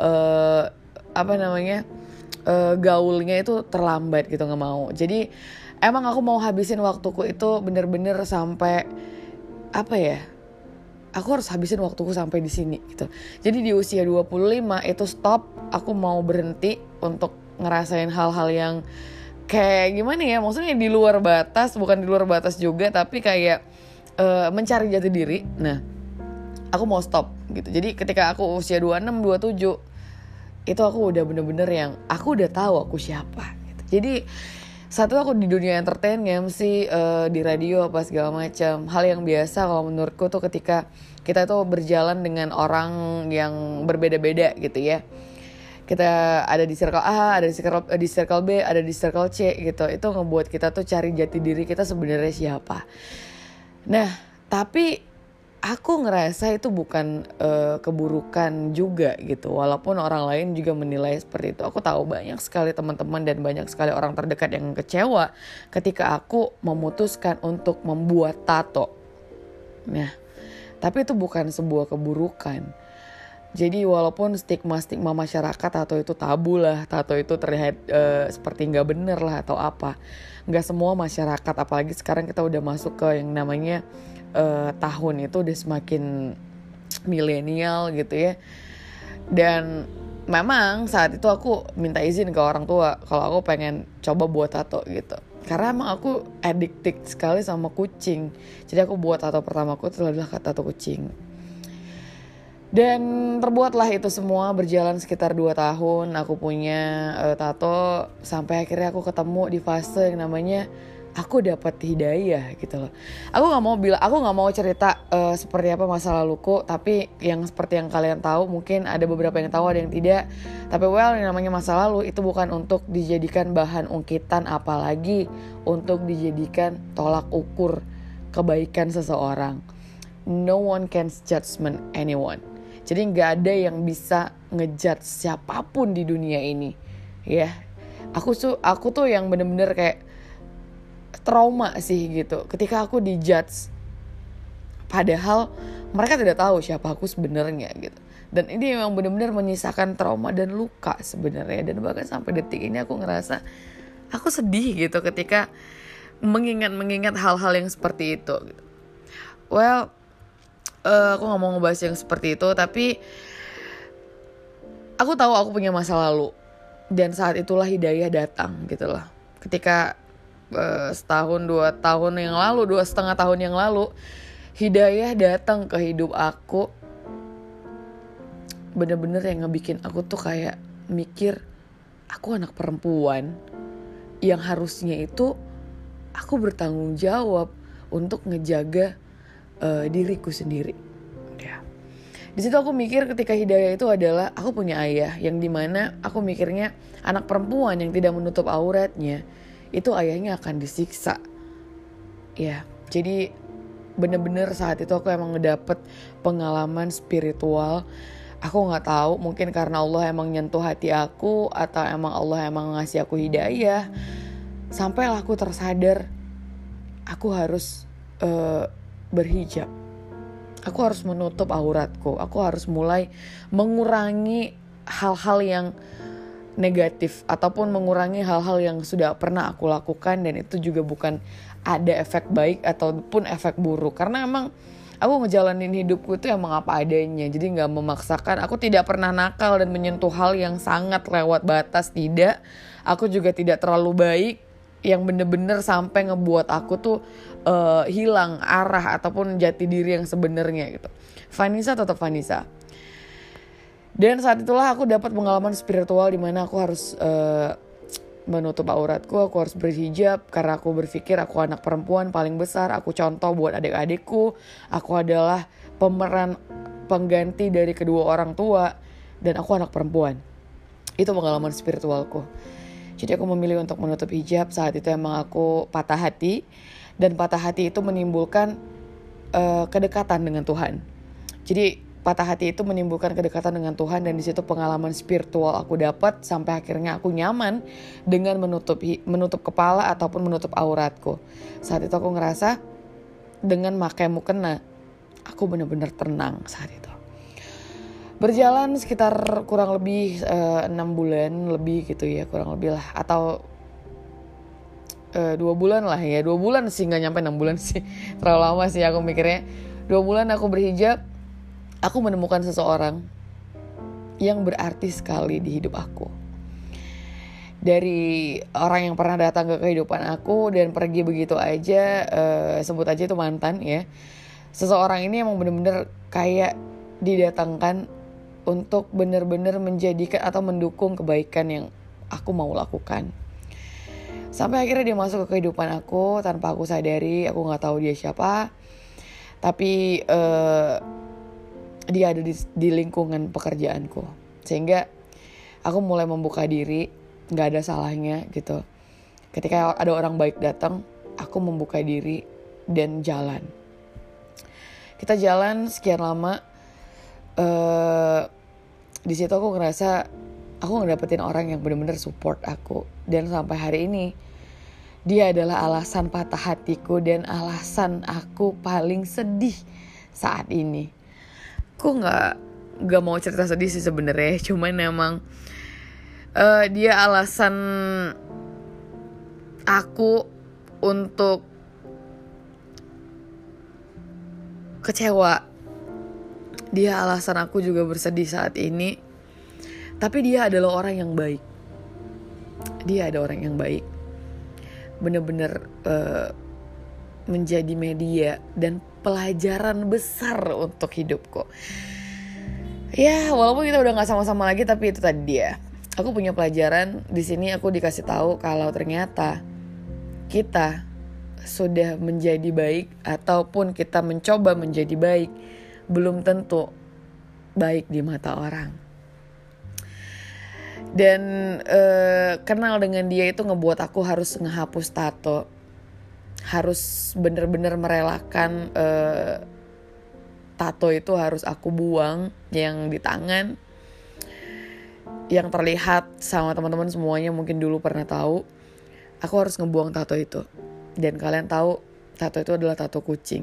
gaulnya itu terlambat gitu, nggak mau. Jadi emang aku mau habisin waktuku itu bener-bener sampai aku harus habisin waktuku sampai di sini gitu. Jadi di usia 25 itu stop, aku mau berhenti untuk ngerasain hal-hal yang kayak gimana ya, maksudnya di luar batas, bukan di luar batas juga, tapi kayak mencari jati diri. Nah, aku mau stop gitu. Jadi ketika aku usia 26, 27 itu aku udah bener-bener yang aku udah tahu aku siapa gitu. Jadi saat itu aku di dunia entertain, MC di radio apa segala macam. Hal yang biasa kalau menurutku tuh ketika kita tuh berjalan dengan orang yang berbeda-beda gitu ya. Kita ada di circle A, ada di circle B, ada di circle C gitu. Itu ngebuat kita tuh cari jati diri kita sebenarnya siapa. Nah, tapi aku ngerasa itu bukan keburukan juga gitu. Walaupun orang lain juga menilai seperti itu. Aku tahu banyak sekali teman-teman dan banyak sekali orang terdekat yang kecewa ketika aku memutuskan untuk membuat tato. Nah, tapi itu bukan sebuah keburukan. Jadi walaupun stigma masyarakat tato itu tabu lah, tato itu terlihat seperti gak bener lah atau apa. Gak semua masyarakat, apalagi sekarang kita udah masuk ke yang namanya tahun itu udah semakin milenial gitu ya. Dan memang saat itu aku minta izin ke orang tua kalau aku pengen coba buat tato gitu. Karena emang aku addicted sekali sama kucing. Jadi aku buat tato pertamaku itu adalah tato kucing. Dan terbuatlah itu semua, berjalan sekitar 2 tahun aku punya tato. Sampai akhirnya aku ketemu di fase yang namanya aku dapat hidayah gitu loh. Aku nggak mau cerita seperti apa masa laluku, tapi yang seperti yang kalian tahu, mungkin ada beberapa yang tahu, ada yang tidak. Tapi yang namanya masa lalu itu bukan untuk dijadikan bahan ungkitan, apalagi untuk dijadikan tolak ukur kebaikan seseorang. No one can judgment anyone. Jadi nggak ada yang bisa ngejudge siapapun di dunia ini, ya. Aku tuh yang bener-bener kayak trauma sih gitu ketika aku dijudge, padahal mereka tidak tahu siapa aku sebenarnya gitu. Dan ini memang benar-benar menyisakan trauma dan luka sebenarnya. Dan bahkan sampai detik ini aku ngerasa aku sedih gitu ketika mengingat hal-hal yang seperti itu gitu. Well, aku gak mau ngebahas yang seperti itu, tapi aku tahu aku punya masa lalu. Dan saat itulah hidayah datang gitu loh. Ketika setahun, 2 tahun yang lalu, 2,5 tahun yang lalu, hidayah datang ke hidup aku. Bener-bener yang ngebikin aku tuh kayak mikir, aku anak perempuan yang harusnya itu aku bertanggung jawab untuk ngejaga diriku sendiri. Ya. Di situ aku mikir ketika hidayah itu adalah aku punya ayah, yang dimana aku mikirnya anak perempuan yang tidak menutup auratnya itu ayahnya akan disiksa. Ya, jadi bener-bener saat itu aku emang ngedapet pengalaman spiritual. Aku gak tahu, mungkin karena Allah emang nyentuh hati aku, atau emang Allah emang ngasih aku hidayah, sampailah aku tersadar aku harus berhijab. Aku harus menutup auratku. Aku harus mulai mengurangi hal-hal yang negatif, ataupun mengurangi hal-hal yang sudah pernah aku lakukan, dan itu juga bukan ada efek baik ataupun efek buruk, karena emang aku ngejalanin hidupku itu emang apa adanya. Jadi gak memaksakan. Aku tidak pernah nakal dan menyentuh hal yang sangat lewat batas, tidak. Aku juga tidak terlalu baik yang bener-bener sampai ngebuat aku tuh hilang arah ataupun jati diri yang sebenarnya gitu. Vanessa tetap Vanessa. Dan saat itulah aku dapat pengalaman spiritual di mana aku harus menutup auratku, aku harus berhijab karena aku berpikir aku anak perempuan paling besar, aku contoh buat adik-adikku, aku adalah pemeran pengganti dari kedua orang tua, dan aku anak perempuan. Itu pengalaman spiritualku. Jadi aku memilih untuk menutup hijab. Saat itu emang aku patah hati, dan patah hati itu menimbulkan kedekatan dengan Tuhan. Jadi patah hati itu menimbulkan kedekatan dengan Tuhan, dan di situ pengalaman spiritual aku dapat sampai akhirnya aku nyaman dengan menutup kepala ataupun menutup auratku. Saat itu aku ngerasa dengan pakai mukena aku benar-benar tenang saat itu. Berjalan sekitar kurang lebih 6 bulan lebih gitu ya, kurang lebih lah, atau 2 bulan lah ya, 2 bulan sih, nggak nyampe 6 bulan sih, terlalu lama sih aku mikirnya. 2 bulan aku berhijab. Aku menemukan seseorang yang berarti sekali di hidup aku. Dari orang yang pernah datang ke kehidupan aku dan pergi begitu aja, sebut aja itu mantan ya. Seseorang ini emang bener-bener kayak didatangkan untuk bener-bener menjadikan atau mendukung kebaikan yang aku mau lakukan. Sampai akhirnya dia masuk ke kehidupan aku tanpa aku sadari. Aku gak tahu dia siapa, tapi dia ada di lingkungan pekerjaanku, sehingga aku mulai membuka diri. Gak ada salahnya gitu. Ketika ada orang baik datang, aku membuka diri dan jalan. Kita jalan sekian lama. Di situ aku ngerasa aku ngedapetin orang yang benar-benar support aku, dan sampai hari ini dia adalah alasan patah hatiku dan alasan aku paling sedih saat ini. Aku nggak mau cerita sedih sih sebenarnya, cuman emang dia alasan aku untuk kecewa. Dia alasan aku juga bersedih saat ini. Tapi dia adalah orang yang baik. Dia ada orang yang baik. Bener-bener menjadi media dan pelajaran besar untuk hidupku. Ya, walaupun kita udah gak sama-sama lagi, tapi itu tadi dia. Aku punya pelajaran. Di sini aku dikasih tahu kalau ternyata kita sudah menjadi baik ataupun kita mencoba menjadi baik, belum tentu baik di mata orang. Dan kenal dengan dia itu ngebuat aku harus ngehapus tato, harus bener-bener merelakan tato itu harus aku buang yang di tangan, yang terlihat sama teman-teman semuanya mungkin dulu pernah tahu. Aku harus ngebuang tato itu. Dan kalian tahu tato itu adalah tato kucing.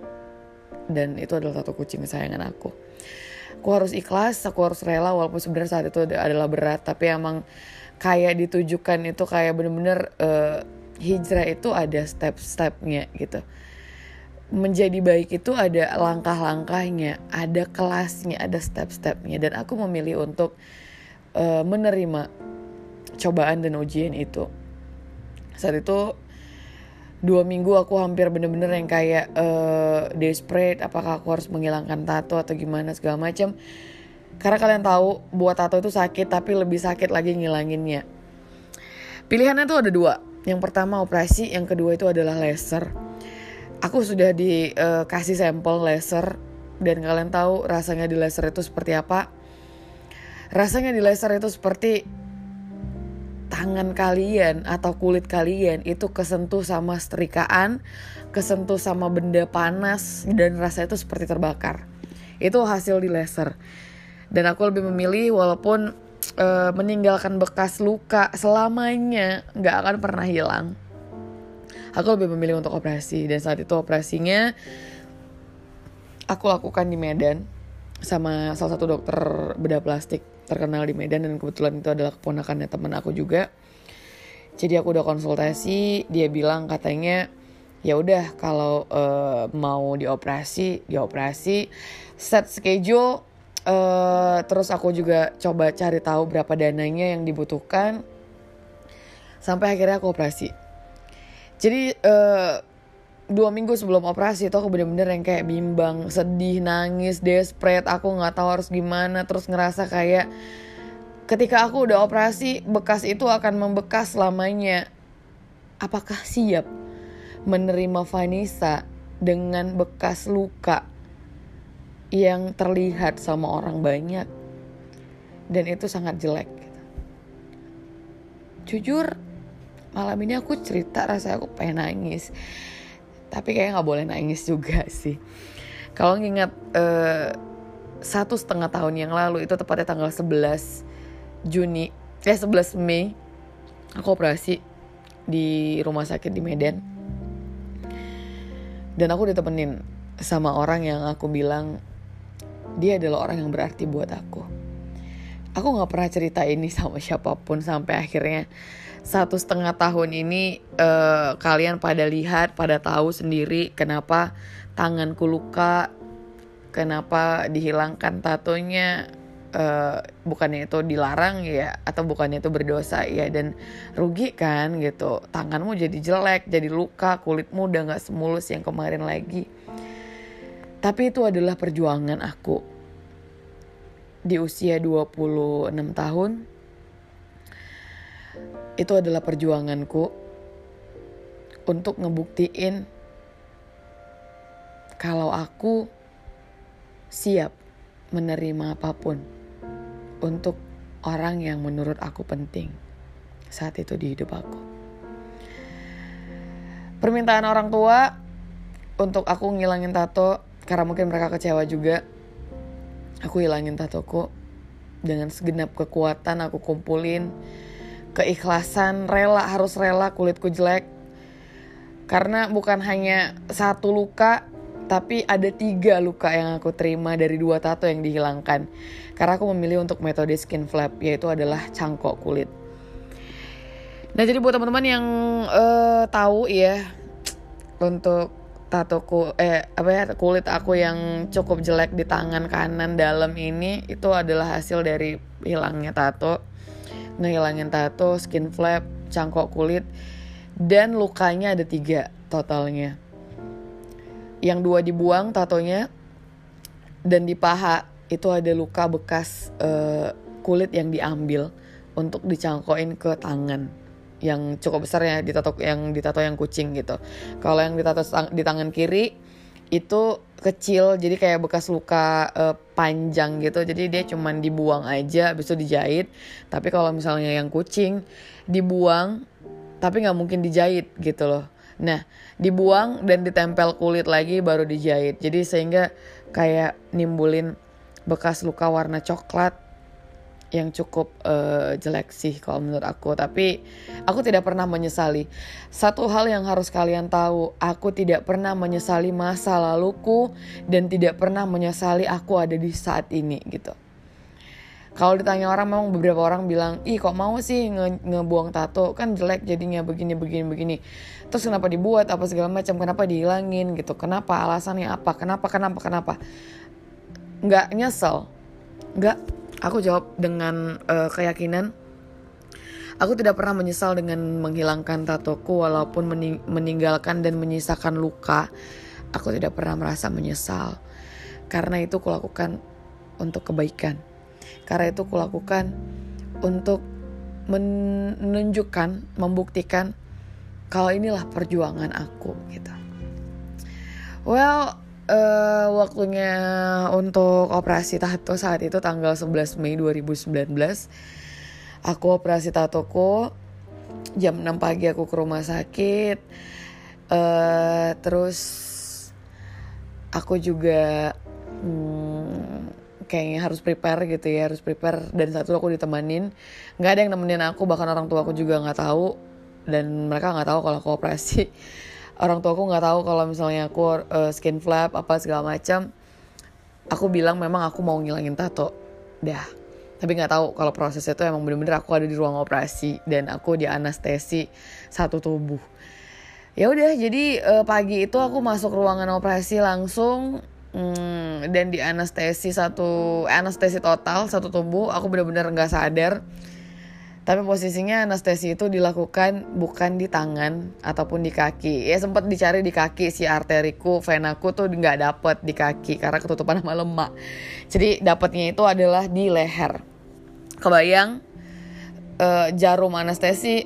Dan itu adalah tato kucing kesayangan aku. Aku harus ikhlas, aku harus rela walaupun sebenarnya saat itu adalah berat. Tapi emang kayak ditujukan itu kayak bener-bener hijrah itu ada step-stepnya gitu. Menjadi baik itu ada langkah-langkahnya, ada kelasnya, ada step-stepnya. Dan aku memilih untuk menerima cobaan dan ujian itu. Saat itu 2 minggu aku hampir bener-bener yang kayak desperate, apakah aku harus menghilangkan tato atau gimana segala macam. Karena kalian tahu buat tato itu sakit, tapi lebih sakit lagi ngilanginnya. Pilihannya tuh ada 2. Yang pertama operasi, yang kedua itu adalah laser. Aku sudah dikasih sampel laser dan kalian tahu rasanya di laser itu seperti apa. Rasanya di laser itu seperti tangan kalian atau kulit kalian itu kesentuh sama setrikaan, kesentuh sama benda panas dan rasanya itu seperti terbakar. Itu hasil di laser. Dan aku lebih memilih walaupun meninggalkan bekas luka selamanya gak akan pernah hilang, aku lebih memilih untuk operasi. Dan saat itu operasinya aku lakukan di Medan sama salah satu dokter bedah plastik terkenal di Medan, dan kebetulan itu adalah keponakannya teman aku juga. Jadi aku udah konsultasi, dia bilang katanya ya udah kalau mau dioperasi, set schedule. Terus aku juga coba cari tahu berapa dananya yang dibutuhkan sampai akhirnya aku operasi. Jadi 2 minggu sebelum operasi itu aku bener-bener yang kayak bimbang, sedih, nangis, desperate. Aku gak tahu harus gimana. Terus ngerasa kayak ketika aku udah operasi, bekas itu akan membekas selamanya. Apakah siap menerima Vanessa dengan bekas luka yang terlihat sama orang banyak? Dan itu sangat jelek. Jujur, malam ini aku cerita rasanya aku pengen nangis. Tapi kayaknya gak boleh nangis juga sih. Kalau ngingat 1,5 tahun yang lalu, itu tepatnya tanggal 11 Mei, aku operasi di rumah sakit di Medan. Dan aku ditemenin sama orang yang aku bilang dia adalah orang yang berarti buat aku. Aku gak pernah cerita ini sama siapapun sampai akhirnya 1,5 tahun ini kalian pada lihat, pada tahu sendiri kenapa tanganku luka, kenapa dihilangkan tatonya. Bukannya itu dilarang ya, atau bukannya itu berdosa ya, dan rugi kan gitu. Tanganmu jadi jelek, jadi luka, kulitmu udah gak semulus yang kemarin lagi. Tapi itu adalah perjuangan aku di usia 26 tahun. Itu adalah perjuanganku untuk ngebuktiin kalau aku siap menerima apapun untuk orang yang menurut aku penting saat itu di hidup aku. Permintaan orang tua untuk aku ngilangin tato, karena mungkin mereka kecewa juga. Aku hilangin tatoku dengan segenap kekuatan, aku kumpulin keikhlasan, harus rela kulitku jelek. Karena bukan hanya 1 luka, tapi ada 3 luka yang aku terima dari 2 tato yang dihilangkan. Karena aku memilih untuk metode skin flap, yaitu adalah cangkok kulit. Nah, jadi buat teman-teman yang tahu ya, untuk tatoku kulit aku yang cukup jelek di tangan kanan dalam ini, itu adalah hasil dari hilangnya tato. Ngehilangin tato, skin flap, cangkok kulit, dan lukanya ada 3 totalnya. Yang 2 dibuang tatonya, dan di paha itu ada luka bekas kulit yang diambil untuk dicangkokin ke tangan. yang cukup besar ya, ditato yang kucing gitu. Kalau yang ditato di tangan kiri itu kecil, jadi kayak bekas luka panjang gitu, jadi dia cuman dibuang aja habis itu dijahit. Tapi kalau misalnya yang kucing dibuang tapi nggak mungkin dijahit gitu loh. Nah, dibuang dan ditempel kulit lagi baru dijahit, jadi sehingga kayak nimbulin bekas luka warna coklat yang cukup jelek sih kalau menurut aku. Tapi aku tidak pernah menyesali. Satu hal yang harus kalian tahu, aku tidak pernah menyesali masa laluku dan tidak pernah menyesali aku ada di saat ini gitu. Kalau ditanya orang, memang beberapa orang bilang, ih kok mau sih ngebuang tato, kan jelek jadinya begini. Terus kenapa dibuat, apa segala macam, kenapa dihilangin gitu, kenapa, alasannya apa, kenapa. Nggak nyesel, nggak. Aku jawab dengan keyakinan, aku tidak pernah menyesal dengan menghilangkan tatoku walaupun meninggalkan dan menyisakan luka. Aku tidak pernah merasa menyesal, karena itu kulakukan untuk kebaikan. Karena itu kulakukan untuk menunjukkan, membuktikan kalau inilah perjuangan aku gitu. Waktunya untuk operasi tato saat itu tanggal 11 Mei 2019. Aku operasi tatoku jam 6 pagi, aku ke rumah sakit. Terus aku juga kayaknya harus prepare gitu ya, dan saat itu aku ditemanin. Gak ada yang nemenin aku, bahkan orang tua aku juga gak tahu. Dan mereka gak tahu kalau aku operasi. Orang tua aku nggak tahu kalau misalnya aku skin flap apa segala macam. Aku bilang memang aku mau ngilangin tato, dah. Tapi nggak tahu kalau prosesnya itu emang bener-bener aku ada di ruang operasi dan aku di anestesi satu tubuh. Ya udah, jadi pagi itu aku masuk ruangan operasi langsung dan di anestesi total satu tubuh. Aku bener-bener nggak sadar. Tapi posisinya anestesi itu dilakukan bukan di tangan ataupun di kaki. Ya sempat dicari di kaki, si arteriku, venaku tuh nggak dapet di kaki karena ketutupan sama lemak. Jadi dapetnya itu adalah di leher. Kebayang jarum anestesi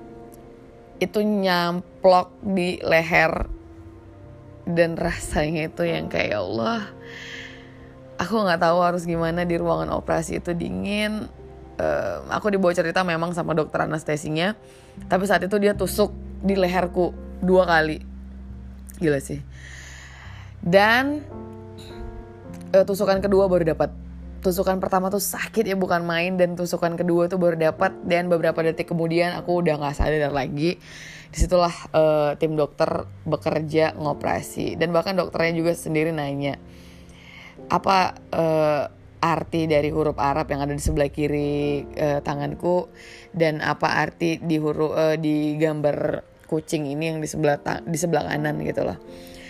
itu nyamplok di leher dan rasanya itu yang kayak, ya Allah, aku nggak tahu harus gimana di ruangan operasi itu dingin. Aku dibawa cerita memang sama dokter anestesinya, tapi saat itu dia tusuk di leherku 2 kali. Gila sih. Dan tusukan kedua baru dapat. Tusukan pertama tuh sakit ya, bukan main, dan tusukan kedua tuh baru dapat. Dan beberapa detik kemudian aku udah nggak sadar lagi. Disitulah tim dokter bekerja ngoperasi, dan bahkan dokternya juga sendiri nanya apa arti dari huruf Arab yang ada di sebelah kiri tanganku, dan apa arti di gambar kucing ini yang di sebelah kanan gitu loh.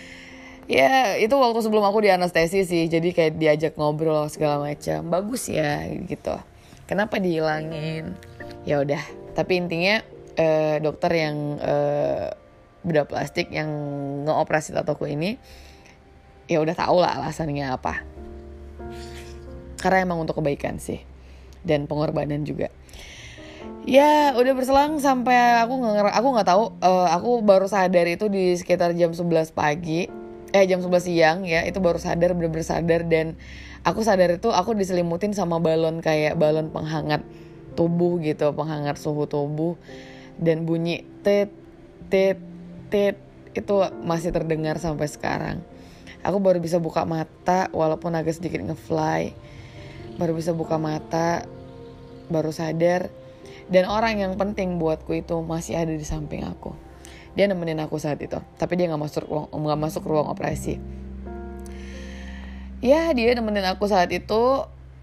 Ya itu waktu sebelum aku di anestesi sih, jadi kayak diajak ngobrol segala macam. Bagus ya gitu, kenapa dihilangin, ya udah. Tapi intinya dokter yang bedah plastik yang ngeoperasi tatoku ini ya udah tahu lah alasannya apa. Karena emang untuk kebaikan sih, dan pengorbanan juga. Ya udah berselang sampai aku nggak tahu. Aku baru sadar itu di sekitar jam 11 siang ya. Itu baru sadar, bener-bener sadar. Dan aku sadar itu aku diselimutin sama balon, kayak balon penghangat tubuh gitu, penghangat suhu tubuh. Dan bunyi tet tet tet itu masih terdengar sampai sekarang. Aku baru bisa buka mata walaupun agak sedikit ngefly. Baru bisa buka mata, baru sadar. Dan orang yang penting buatku itu masih ada di samping aku. Dia nemenin aku saat itu, tapi dia nggak masuk ruang operasi. Ya dia nemenin aku saat itu,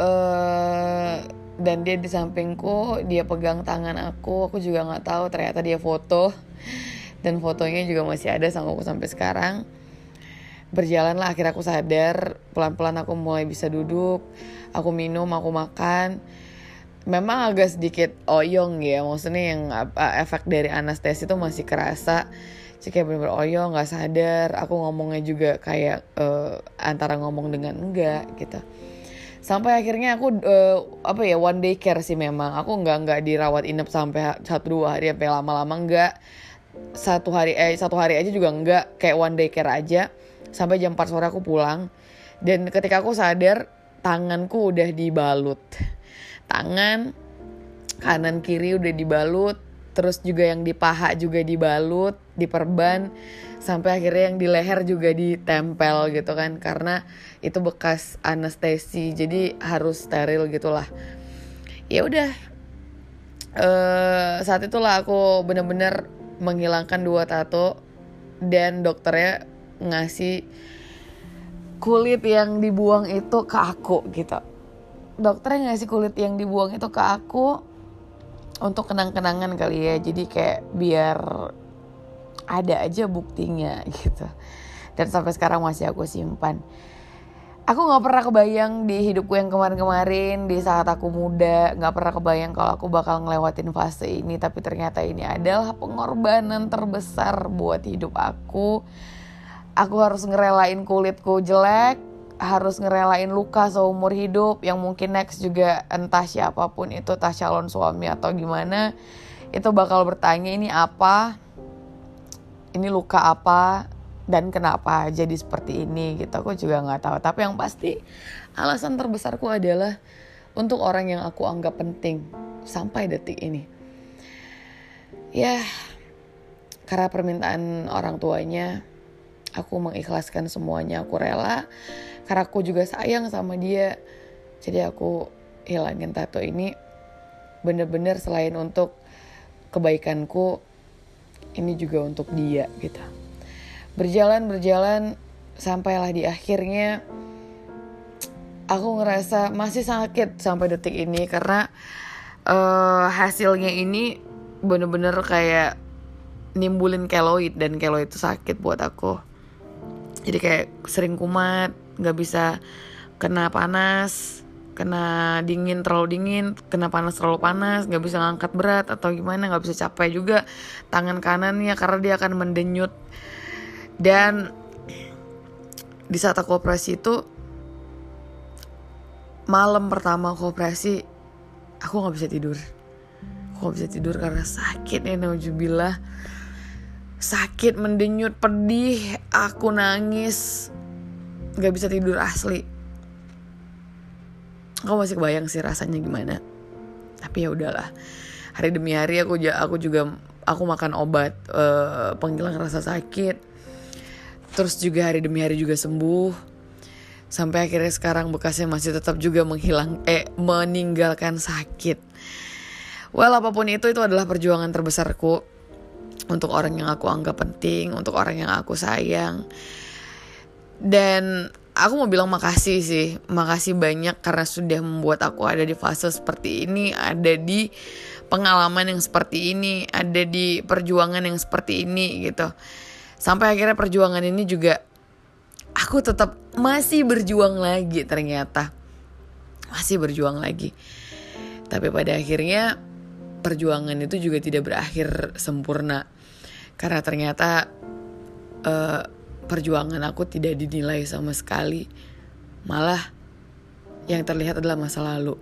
dan dia di sampingku, dia pegang tangan aku juga nggak tahu. Ternyata dia foto, dan fotonya juga masih ada sama aku sampai sekarang. Berjalanlah, akhirnya aku sadar. Pelan-pelan aku mulai bisa duduk. Aku minum, aku makan. Memang agak sedikit oyong ya. Maksudnya yang efek dari anestesi itu masih kerasa. Jadi kayak bener-bener oyong, gak sadar. Aku ngomongnya juga kayak antara ngomong dengan enggak gitu. Sampai akhirnya aku one day care sih memang. Aku nggak dirawat inap sampai 1-2 hari sampai lama-lama, nggak. Satu hari aja juga nggak, kayak one day care aja. Sampai jam 4 sore aku pulang. Dan ketika aku sadar, tanganku udah dibalut. Tangan kanan kiri udah dibalut, terus juga yang di paha juga dibalut, diperban, sampai akhirnya yang di leher juga ditempel gitu kan, karena itu bekas anestesi, jadi harus steril gitulah. Ya udah, saat itulah aku benar-benar menghilangkan 2 tato, dan dokternya ngasih kulit yang dibuang itu ke aku gitu. Dokternya ngasih kulit yang dibuang itu ke aku untuk kenang-kenangan kali ya. Jadi kayak biar ada aja buktinya gitu. Dan sampai sekarang masih aku simpan. Aku gak pernah kebayang di hidupku yang kemarin-kemarin, di saat aku muda, gak pernah kebayang kalau aku bakal ngelewatin fase ini. Tapi ternyata ini adalah pengorbanan terbesar buat hidup aku. Aku harus ngerelain kulitku jelek, harus ngerelain luka seumur hidup, yang mungkin next juga entah siapapun itu, entah calon suami atau gimana, itu bakal bertanya ini apa, ini luka apa, dan kenapa jadi seperti ini gitu. Aku juga gak tahu. Tapi yang pasti alasan terbesarku adalah untuk orang yang aku anggap penting sampai detik ini. Ya, karena permintaan orang tuanya, aku mengikhlaskan semuanya, aku rela. Karena aku juga sayang sama dia. Jadi aku hilangin tato ini bener-bener selain untuk kebaikanku, ini juga untuk dia gitu. Berjalan sampailah di akhirnya aku ngerasa masih sakit sampai detik ini. Karena hasilnya ini bener-bener kayak nimbulin keloid, dan keloid itu sakit buat aku. Jadi kayak sering kumat, gak bisa kena panas, kena dingin terlalu dingin, kena panas terlalu panas, gak bisa ngangkat berat atau gimana, gak bisa capek juga tangan kanannya karena dia akan mendenyut. Dan di saat aku operasi itu, malam pertama aku operasi, aku gak bisa tidur. Aku gak bisa tidur karena sakit ya, nauzubillah. Sakit, mendenyut, pedih, aku nangis, gak bisa tidur asli. Aku masih kebayang sih rasanya gimana. Tapi ya udahlah, hari demi hari aku makan obat penghilang rasa sakit. Terus juga hari demi hari juga sembuh. Sampai akhirnya sekarang bekasnya masih tetap juga meninggalkan sakit. Well, apapun itu adalah perjuangan terbesarku untuk orang yang aku anggap penting, untuk orang yang aku sayang. Dan aku mau bilang makasih sih. Makasih banyak karena sudah membuat aku ada di fase seperti ini, ada di pengalaman yang seperti ini, ada di perjuangan yang seperti ini gitu. Sampai akhirnya perjuangan ini juga aku tetap masih berjuang lagi ternyata. Masih berjuang lagi. Tapi pada akhirnya perjuangan itu juga tidak berakhir sempurna. Karena ternyata perjuangan aku tidak dinilai sama sekali. Malah yang terlihat adalah masa lalu.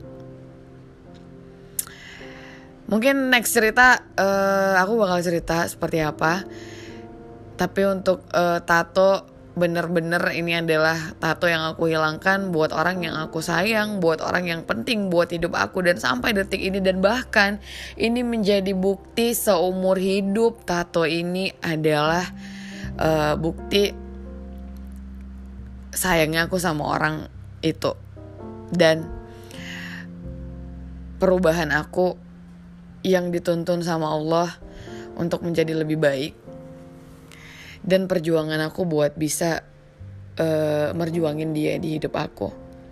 Mungkin next cerita aku bakal cerita seperti apa. Tapi untuk tato, bener-bener ini adalah tato yang aku hilangkan buat orang yang aku sayang, buat orang yang penting buat hidup aku. Dan sampai detik ini, dan bahkan ini menjadi bukti seumur hidup. Tato ini adalah bukti sayangnya aku sama orang itu, dan perubahan aku yang dituntun sama Allah untuk menjadi lebih baik. Dan perjuangan aku buat bisa merjuangin dia di hidup aku.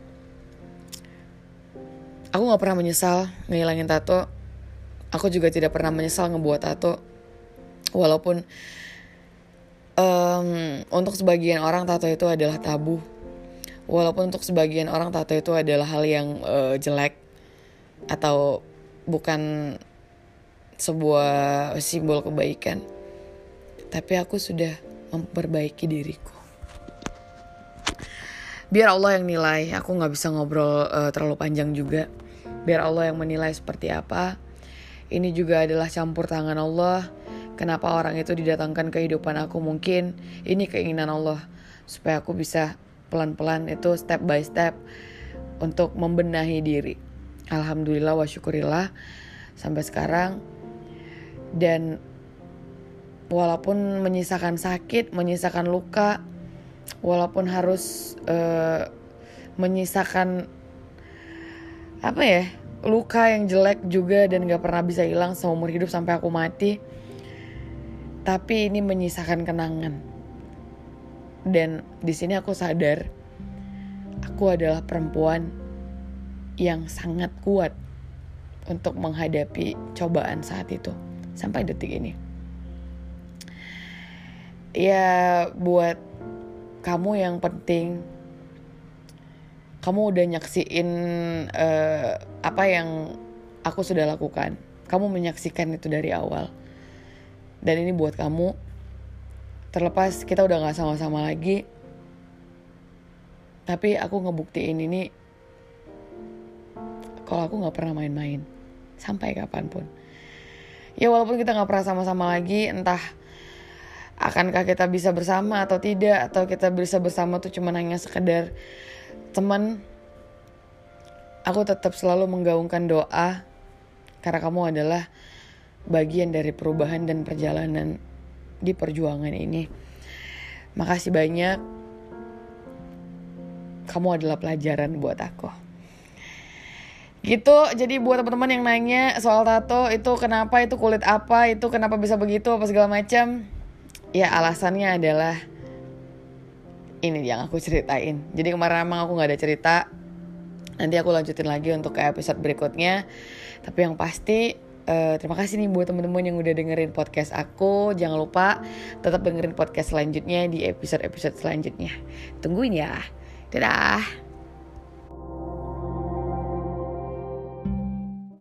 Aku gak pernah menyesal ngehilangin tato. Aku juga tidak pernah menyesal ngebuat tato. Walaupun untuk sebagian orang tato itu adalah tabu. Walaupun untuk sebagian orang tato itu adalah hal yang jelek, atau bukan sebuah simbol kebaikan. Tapi aku sudah memperbaiki diriku. Biar Allah yang nilai. Aku gak bisa ngobrol terlalu panjang juga. Biar Allah yang menilai seperti apa. Ini juga adalah campur tangan Allah. Kenapa orang itu didatangkan ke kehidupan aku, mungkin ini keinginan Allah, supaya aku bisa pelan-pelan itu step by step untuk membenahi diri. Alhamdulillah wa syukurillah sampai sekarang. Dan walaupun menyisakan sakit, menyisakan luka, walaupun harus menyisakan luka yang jelek juga dan gak pernah bisa hilang seumur hidup sampai aku mati, tapi ini menyisakan kenangan. Dan di sini aku sadar aku adalah perempuan yang sangat kuat untuk menghadapi cobaan saat itu sampai detik ini. Ya, buat kamu yang penting, kamu udah nyaksiin apa yang aku sudah lakukan. Kamu menyaksikan itu dari awal. Dan ini buat kamu. Terlepas kita udah gak sama-sama lagi, tapi aku ngebuktiin ini kalau aku gak pernah main-main sampai kapanpun. Ya walaupun kita gak pernah sama-sama lagi, entah akankah kita bisa bersama atau tidak, atau kita bisa bersama tuh cuma hanya sekedar teman, aku tetap selalu menggaungkan doa karena kamu adalah bagian dari perubahan dan perjalanan di perjuangan ini. Makasih banyak. Kamu adalah pelajaran buat aku. Gitu. Jadi buat teman-teman yang nanya soal tato itu kenapa, itu kulit apa, itu kenapa bisa begitu, apa segala macam, ya alasannya adalah ini yang aku ceritain. Jadi kemarin emang aku gak ada cerita. Nanti aku lanjutin lagi untuk ke episode berikutnya. Tapi yang pasti terima kasih nih buat teman-teman yang udah dengerin podcast aku. Jangan lupa tetap dengerin podcast selanjutnya di episode-episode selanjutnya. Tungguin ya. Dadah.